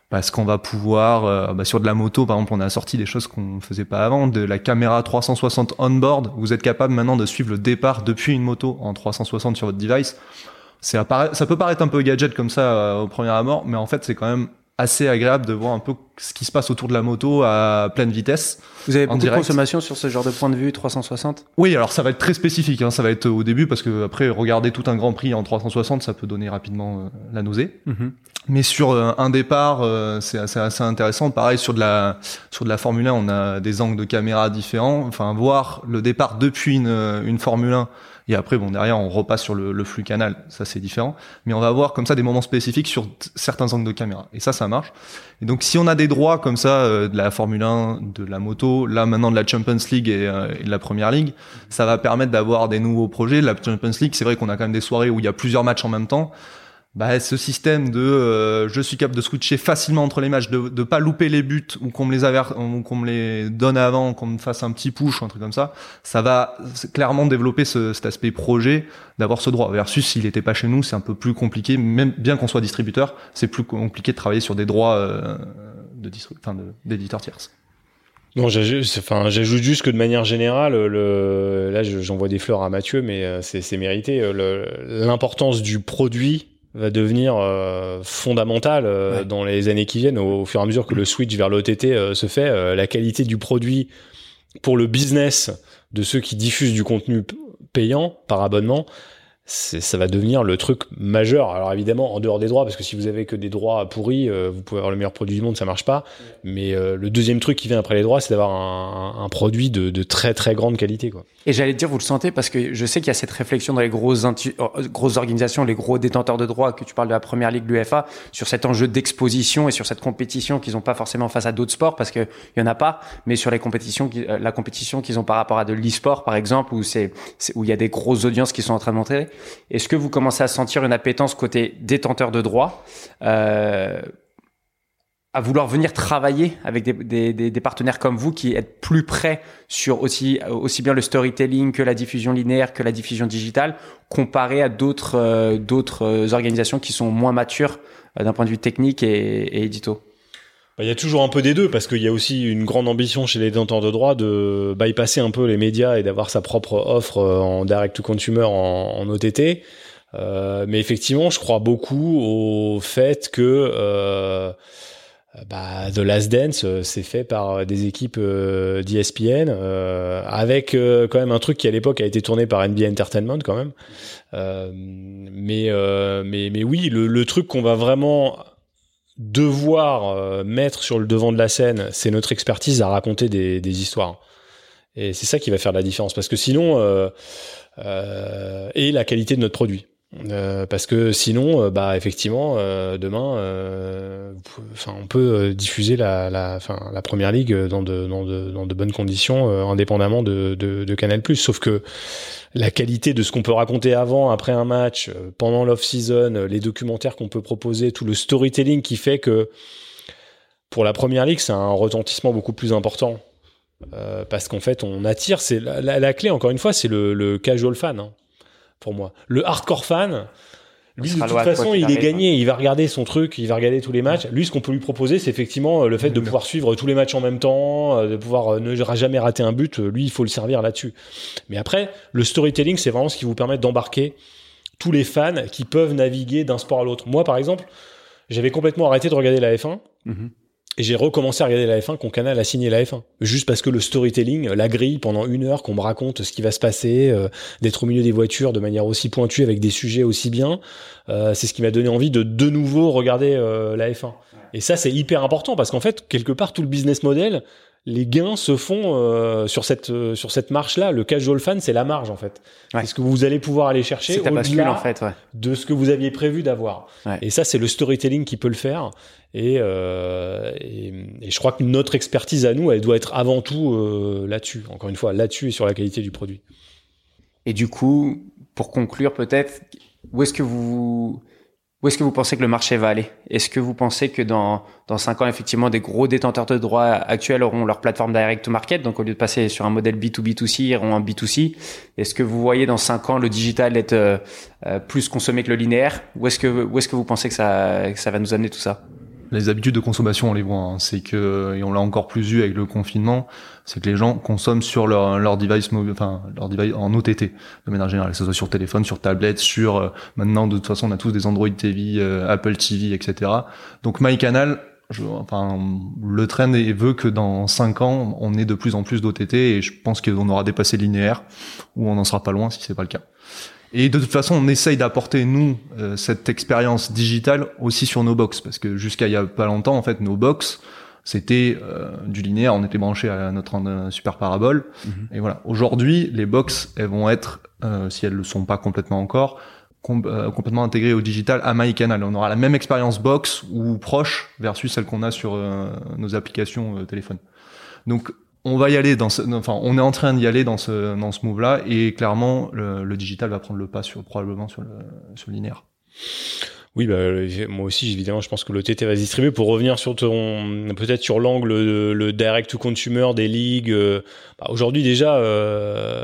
parce qu'on va pouvoir, euh, bah, sur de la moto, par exemple, on a sorti des choses qu'on faisait pas avant, de la caméra trois cent soixante on-board. Vous êtes capable maintenant de suivre le départ depuis une moto en trois cent soixante sur votre device. C'est appara- ça peut paraître un peu gadget comme ça euh, au premier abord, mais en fait, c'est quand même assez agréable de voir un peu ce qui se passe autour de la moto à pleine vitesse. Vous avez beaucoup direct. de consommation sur ce genre de point de vue trois cent soixante? Oui, alors ça va être très spécifique, hein, ça va être au début parce que après regarder tout un Grand Prix en trois cent soixante, ça peut donner rapidement euh, la nausée. Mm-hmm. Mais sur euh, un départ, euh, c'est assez, assez intéressant. Pareil sur de la sur de la Formule un, on a des angles de caméra différents. Enfin, voir le départ depuis une une Formule un. Et après, bon, derrière, on repasse sur le, le flux canal. Ça, c'est différent. Mais on va avoir comme ça des moments spécifiques sur t- certains angles de caméra. Et ça, ça marche. Et donc, si on a des droits comme ça, euh, de la Formule un, de la moto, là, maintenant, de la Champions League et, euh, et de la Première Ligue, ça va permettre d'avoir des nouveaux projets. La Champions League, c'est vrai qu'on a quand même des soirées où il y a plusieurs matchs en même temps. Bah, ce système de euh, je suis capable de switcher facilement entre les matchs, de de pas louper les buts ou qu'on me les aver, ou qu'on me les donne avant, qu'on me fasse un petit push ou un truc comme ça, ça va clairement développer ce, cet aspect projet, d'avoir ce droit. Versus s'il était pas chez nous, c'est un peu plus compliqué, même bien qu'on soit distributeur, c'est plus compliqué de travailler sur des droits euh, de distri- enfin de, d'éditeurs tierces. Non, j'ajoute, enfin, j'ajoute juste que de manière générale, le, là, j'envoie des fleurs à Mathieu, mais c'est, c'est mérité. Le, l'importance du produit va devenir euh, fondamentale euh, ouais. dans les années qui viennent, au, au fur et à mesure que le switch vers l'O T T euh, se fait. Euh, la qualité du produit pour le business de ceux qui diffusent du contenu p- payant par abonnement, c'est, ça va devenir le truc majeur. Alors évidemment, en dehors des droits, parce que si vous avez que des droits pourris, euh, vous pouvez avoir le meilleur produit du monde, ça marche pas. Mais euh, le deuxième truc qui vient après les droits, c'est d'avoir un, un produit de, de très très grande qualité, quoi. Et j'allais te dire, vous le sentez, parce que je sais qu'il y a cette réflexion dans les grosses, intu- grosses organisations, les gros détenteurs de droits, que tu parles de la Première Ligue, de l'U E F A, sur cet enjeu d'exposition et sur cette compétition qu'ils n'ont pas forcément face à d'autres sports, parce qu'il y en a pas, mais sur les compétitions, la compétition qu'ils ont par rapport à de l'e-sport, par exemple, où c'est, c'est où il y a des grosses audiences qui sont en train de montrer. Est-ce que vous commencez à sentir une appétence côté détenteur de droits, euh, à vouloir venir travailler avec des, des, des, des partenaires comme vous qui êtes plus près sur aussi, aussi bien le storytelling que la diffusion linéaire, que la diffusion digitale, comparé à d'autres, euh, d'autres organisations qui sont moins matures euh, d'un point de vue technique et, et édito? Il y a toujours un peu des deux, parce qu'il y a aussi une grande ambition chez les détenteurs de droits de bypasser un peu les médias et d'avoir sa propre offre en direct to consumer en, en O T T. Euh, mais effectivement, je crois beaucoup au fait que euh, bah, The Last Dance, c'est fait par des équipes euh, d'E S P N, euh, avec euh, quand même un truc qui à l'époque a été tourné par N B A Entertainment quand même. Euh, mais, euh, mais, mais oui, le, le truc qu'on va vraiment devoir euh, mettre sur le devant de la scène, c'est notre expertise à raconter des, des histoires. Et c'est ça qui va faire la différence, parce que sinon, euh, euh, et la qualité de notre produit. Euh, parce que sinon, euh, bah effectivement, euh, demain, euh, enfin, on peut euh, diffuser la, la, enfin, la Première Ligue dans de, dans de, dans de bonnes conditions, euh, indépendamment de, de, de Canal+. Sauf que la qualité de ce qu'on peut raconter avant, après un match, euh, pendant l'off-season, euh, les documentaires qu'on peut proposer, tout le storytelling qui fait que pour la Première Ligue, c'est un retentissement beaucoup plus important. Euh, parce qu'en fait, on attire. C'est la, la, la clé, encore une fois, c'est le, le casual fan. Hein. Pour moi. Le hardcore fan, lui, de toute façon, il est gagné. Il va regarder son truc, il va regarder tous les matchs. Lui, ce qu'on peut lui proposer, c'est effectivement le fait de pouvoir suivre tous les matchs en même temps, de pouvoir ne jamais rater un but. Lui, il faut le servir là-dessus. Mais après, le storytelling, c'est vraiment ce qui vous permet d'embarquer tous les fans qui peuvent naviguer d'un sport à l'autre. Moi, par exemple, j'avais complètement arrêté de regarder la F un. Mm-hmm. Et j'ai recommencé à regarder la F un quand Canal a signé la F un. Juste parce que le storytelling, la grille pendant une heure, qu'on me raconte ce qui va se passer, euh, d'être au milieu des voitures de manière aussi pointue avec des sujets aussi bien, euh, c'est ce qui m'a donné envie de de nouveau regarder euh, la F un. Et ça, c'est hyper important parce qu'en fait, quelque part, tout le business model, les gains se font euh, sur cette euh, sur cette marche-là. Le casual fan, c'est la marge en fait. Ouais. C'est ce que vous allez pouvoir aller chercher au-delà bascule, en fait, ouais. de ce que vous aviez prévu d'avoir. Ouais. Et ça, c'est le storytelling qui peut le faire. Et, euh, et, et je crois que notre expertise à nous, elle doit être avant tout euh, là-dessus. Encore une fois, là-dessus et sur la qualité du produit. Et du coup, pour conclure peut-être, où est-ce que vous Où est-ce que vous pensez que le marché va aller? Est-ce que vous pensez que dans dans cinq ans, effectivement, des gros détenteurs de droits actuels auront leur plateforme direct to market, donc au lieu de passer sur un modèle B deux B deux C, ils auront un B deux C? Est-ce que vous voyez dans cinq ans le digital être euh, plus consommé que le linéaire? Où est-ce que où est-ce que vous pensez que ça que ça va nous amener tout ça? Les habitudes de consommation, on les voit. Hein. C'est que, et on l'a encore plus vu avec le confinement, c'est que les gens consomment sur leur, leur device, enfin, leur device en O T T, de manière générale, que ce soit sur téléphone, sur tablette, sur, euh, maintenant, de toute façon, on a tous des Android T V, euh, Apple T V, et cetera. Donc, MyCanal, je, enfin, le trend veut que dans cinq ans, on ait de plus en plus d'O T T, et je pense qu'on aura dépassé linéaire, ou on n'en sera pas loin si c'est pas le cas. Et de toute façon, on essaye d'apporter, nous, euh, cette expérience digitale aussi sur nos box. Parce que jusqu'à il y a pas longtemps, en fait, nos box, c'était euh, du linéaire. On était branché à notre euh, super parabole. Mm-hmm. Et voilà. Aujourd'hui, les box, elles vont être, euh, si elles le sont pas complètement encore, com- euh, complètement intégrées au digital à MyCanal. On aura la même expérience box ou proche versus celle qu'on a sur euh, nos applications euh, téléphone. Donc, on va y aller dans ce, enfin, on est en train d'y aller dans ce, dans ce move-là, et clairement, le, le digital va prendre le pas sur, probablement sur le, sur le linéaire. Oui, bah, moi aussi, évidemment, je pense que l'O T T va se distribuer. Pour revenir sur ton, peut-être sur l'angle, le, le direct to consumer des ligues, euh, bah, aujourd'hui, déjà, euh,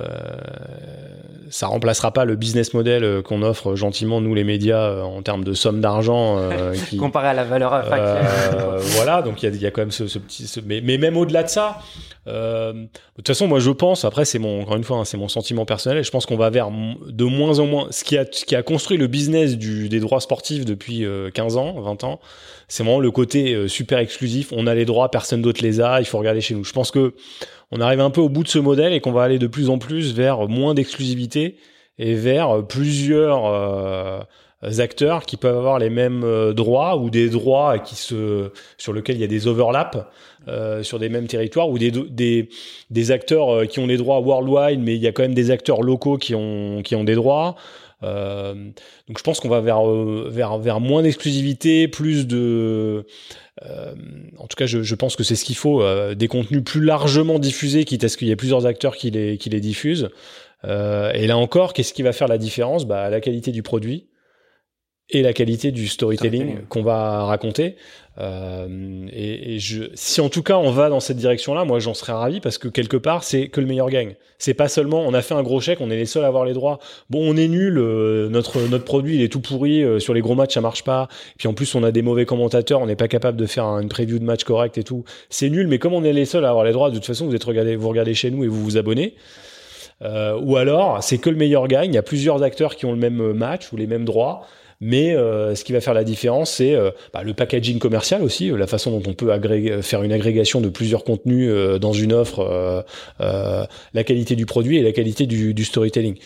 ça remplacera pas le business model qu'on offre gentiment, nous, les médias, en termes de somme d'argent. Euh, qui, comparé à la valeur factuelle. Euh, voilà, donc il y a, y a quand même ce, ce petit, ce, mais, mais même au-delà de ça, euh, de toute façon, moi, je pense, après, c'est mon, encore une fois, hein, c'est mon sentiment personnel, et je pense qu'on va vers de moins en moins, ce qui a, ce qui a construit le business du, des droits sportifs depuis euh, quinze ans, vingt ans, c'est vraiment le côté euh, super exclusif. On a les droits, personne d'autre les a, il faut regarder chez nous. Je pense que on arrive un peu au bout de ce modèle et qu'on va aller de plus en plus vers moins d'exclusivité et vers plusieurs euh, acteurs qui peuvent avoir les mêmes euh, droits, ou des droits qui se, sur lesquels il y a des overlaps euh, sur des mêmes territoires, ou des, des, des acteurs euh, qui ont des droits worldwide, mais il y a quand même des acteurs locaux qui ont, qui ont des droits. Euh, donc je pense qu'on va vers, euh, vers, vers moins d'exclusivité, plus de... Euh, en tout cas, je, je pense que c'est ce qu'il faut, euh, des contenus plus largement diffusés, quitte à ce qu'il y ait plusieurs acteurs qui les, qui les diffusent. Euh, et là encore, qu'est-ce qui va faire la différence ? Bah, la qualité du produit et la qualité du storytelling, storytelling. qu'on va raconter. Euh, et, et je, si en tout cas on va dans cette direction-là, moi j'en serais ravi, parce que quelque part c'est que le meilleur gagne. C'est pas seulement on a fait un gros chèque, on est les seuls à avoir les droits. Bon, on est nul, euh, notre notre produit il est tout pourri, euh, sur les gros matchs ça marche pas. Et puis en plus on a des mauvais commentateurs, on n'est pas capable de faire une preview de match correcte et tout. C'est nul, mais comme on est les seuls à avoir les droits, de toute façon vous êtes regardez, vous regardez chez nous et vous vous abonnez. Euh, ou alors c'est que le meilleur gagne. Il y a plusieurs acteurs qui ont le même match ou les mêmes droits. Mais euh, ce qui va faire la différence, c'est euh, bah, le packaging commercial aussi, euh, la façon dont on peut agréger, faire une agrégation de plusieurs contenus euh, dans une offre, euh, euh, la qualité du produit et la qualité du, du storytelling.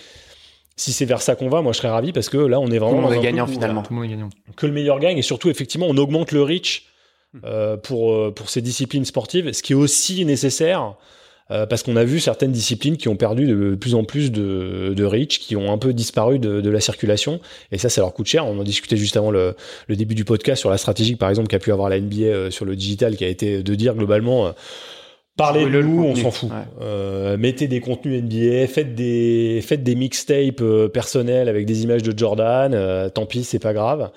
Si c'est vers ça qu'on va, moi je serais ravi, parce que là on est vraiment... Tout le monde est gagnant où, finalement. Tout le monde est gagnant. Que le meilleur gagne, et surtout effectivement on augmente le reach euh, pour, pour ces disciplines sportives, ce qui est aussi nécessaire. Euh, parce qu'on a vu certaines disciplines qui ont perdu de plus en plus de, de reach, qui ont un peu disparu de, de la circulation, et ça, ça leur coûte cher. On en discutait juste avant le, le début du podcast sur la stratégie, par exemple, qu'a pu avoir la N B A euh, sur le digital, qui a été de dire globalement, euh, parlez de nous, on s'en fout. Ouais. Euh, mettez des contenus N B A, faites des, faites des mixtapes euh, personnels avec des images de Jordan, euh, tant pis, c'est pas grave.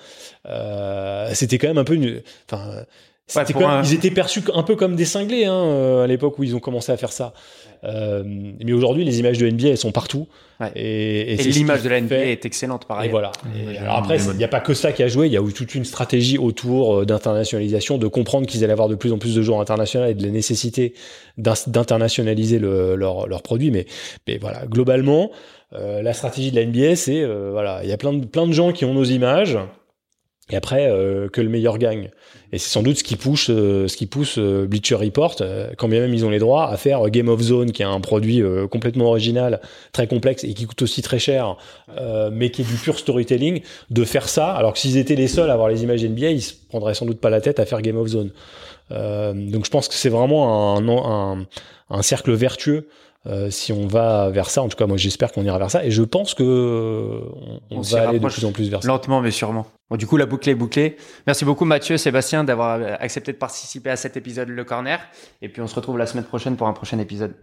Euh, c'était quand même un peu une... Enfin, C'était ouais, quand même, un... Ils étaient perçus un peu comme des cinglés hein, à l'époque où ils ont commencé à faire ça. Euh, mais aujourd'hui, les images de N B A, elles sont partout. Ouais. Et, et, et l'image de la N B A fait. est excellente, pareil. Et voilà. Et alors après, il n'y a pas que ça qui a joué. Il y a eu toute une stratégie autour d'internationalisation, de comprendre qu'ils allaient avoir de plus en plus de joueurs internationaux et de la nécessité d'internationaliser le, leur, leurs produits. Mais, mais voilà, globalement, euh, la stratégie de la N B A, c'est euh, voilà, il y a plein de, plein de gens qui ont nos images. Et après, euh, que le meilleur gagne. Et c'est sans doute ce qui pousse, euh, ce qui pousse euh, Bleacher Report, euh, quand bien même ils ont les droits, à faire Game of Zone, qui est un produit euh, complètement original, très complexe et qui coûte aussi très cher, euh, mais qui est du pur storytelling, de faire ça. Alors que s'ils étaient les seuls à avoir les images N B A, ils se prendraient sans doute pas la tête à faire Game of Zone. Euh, donc je pense que c'est vraiment un, un, un cercle vertueux. Euh, si on va vers ça, en tout cas moi j'espère qu'on ira vers ça, et je pense que on, on, on va aller de plus en plus vers ça. Lentement mais sûrement. Bon, du coup la boucle est bouclée. Merci beaucoup Mathieu, Sébastien d'avoir accepté de participer à cet épisode Le Corner, et puis on se retrouve la semaine prochaine pour un prochain épisode.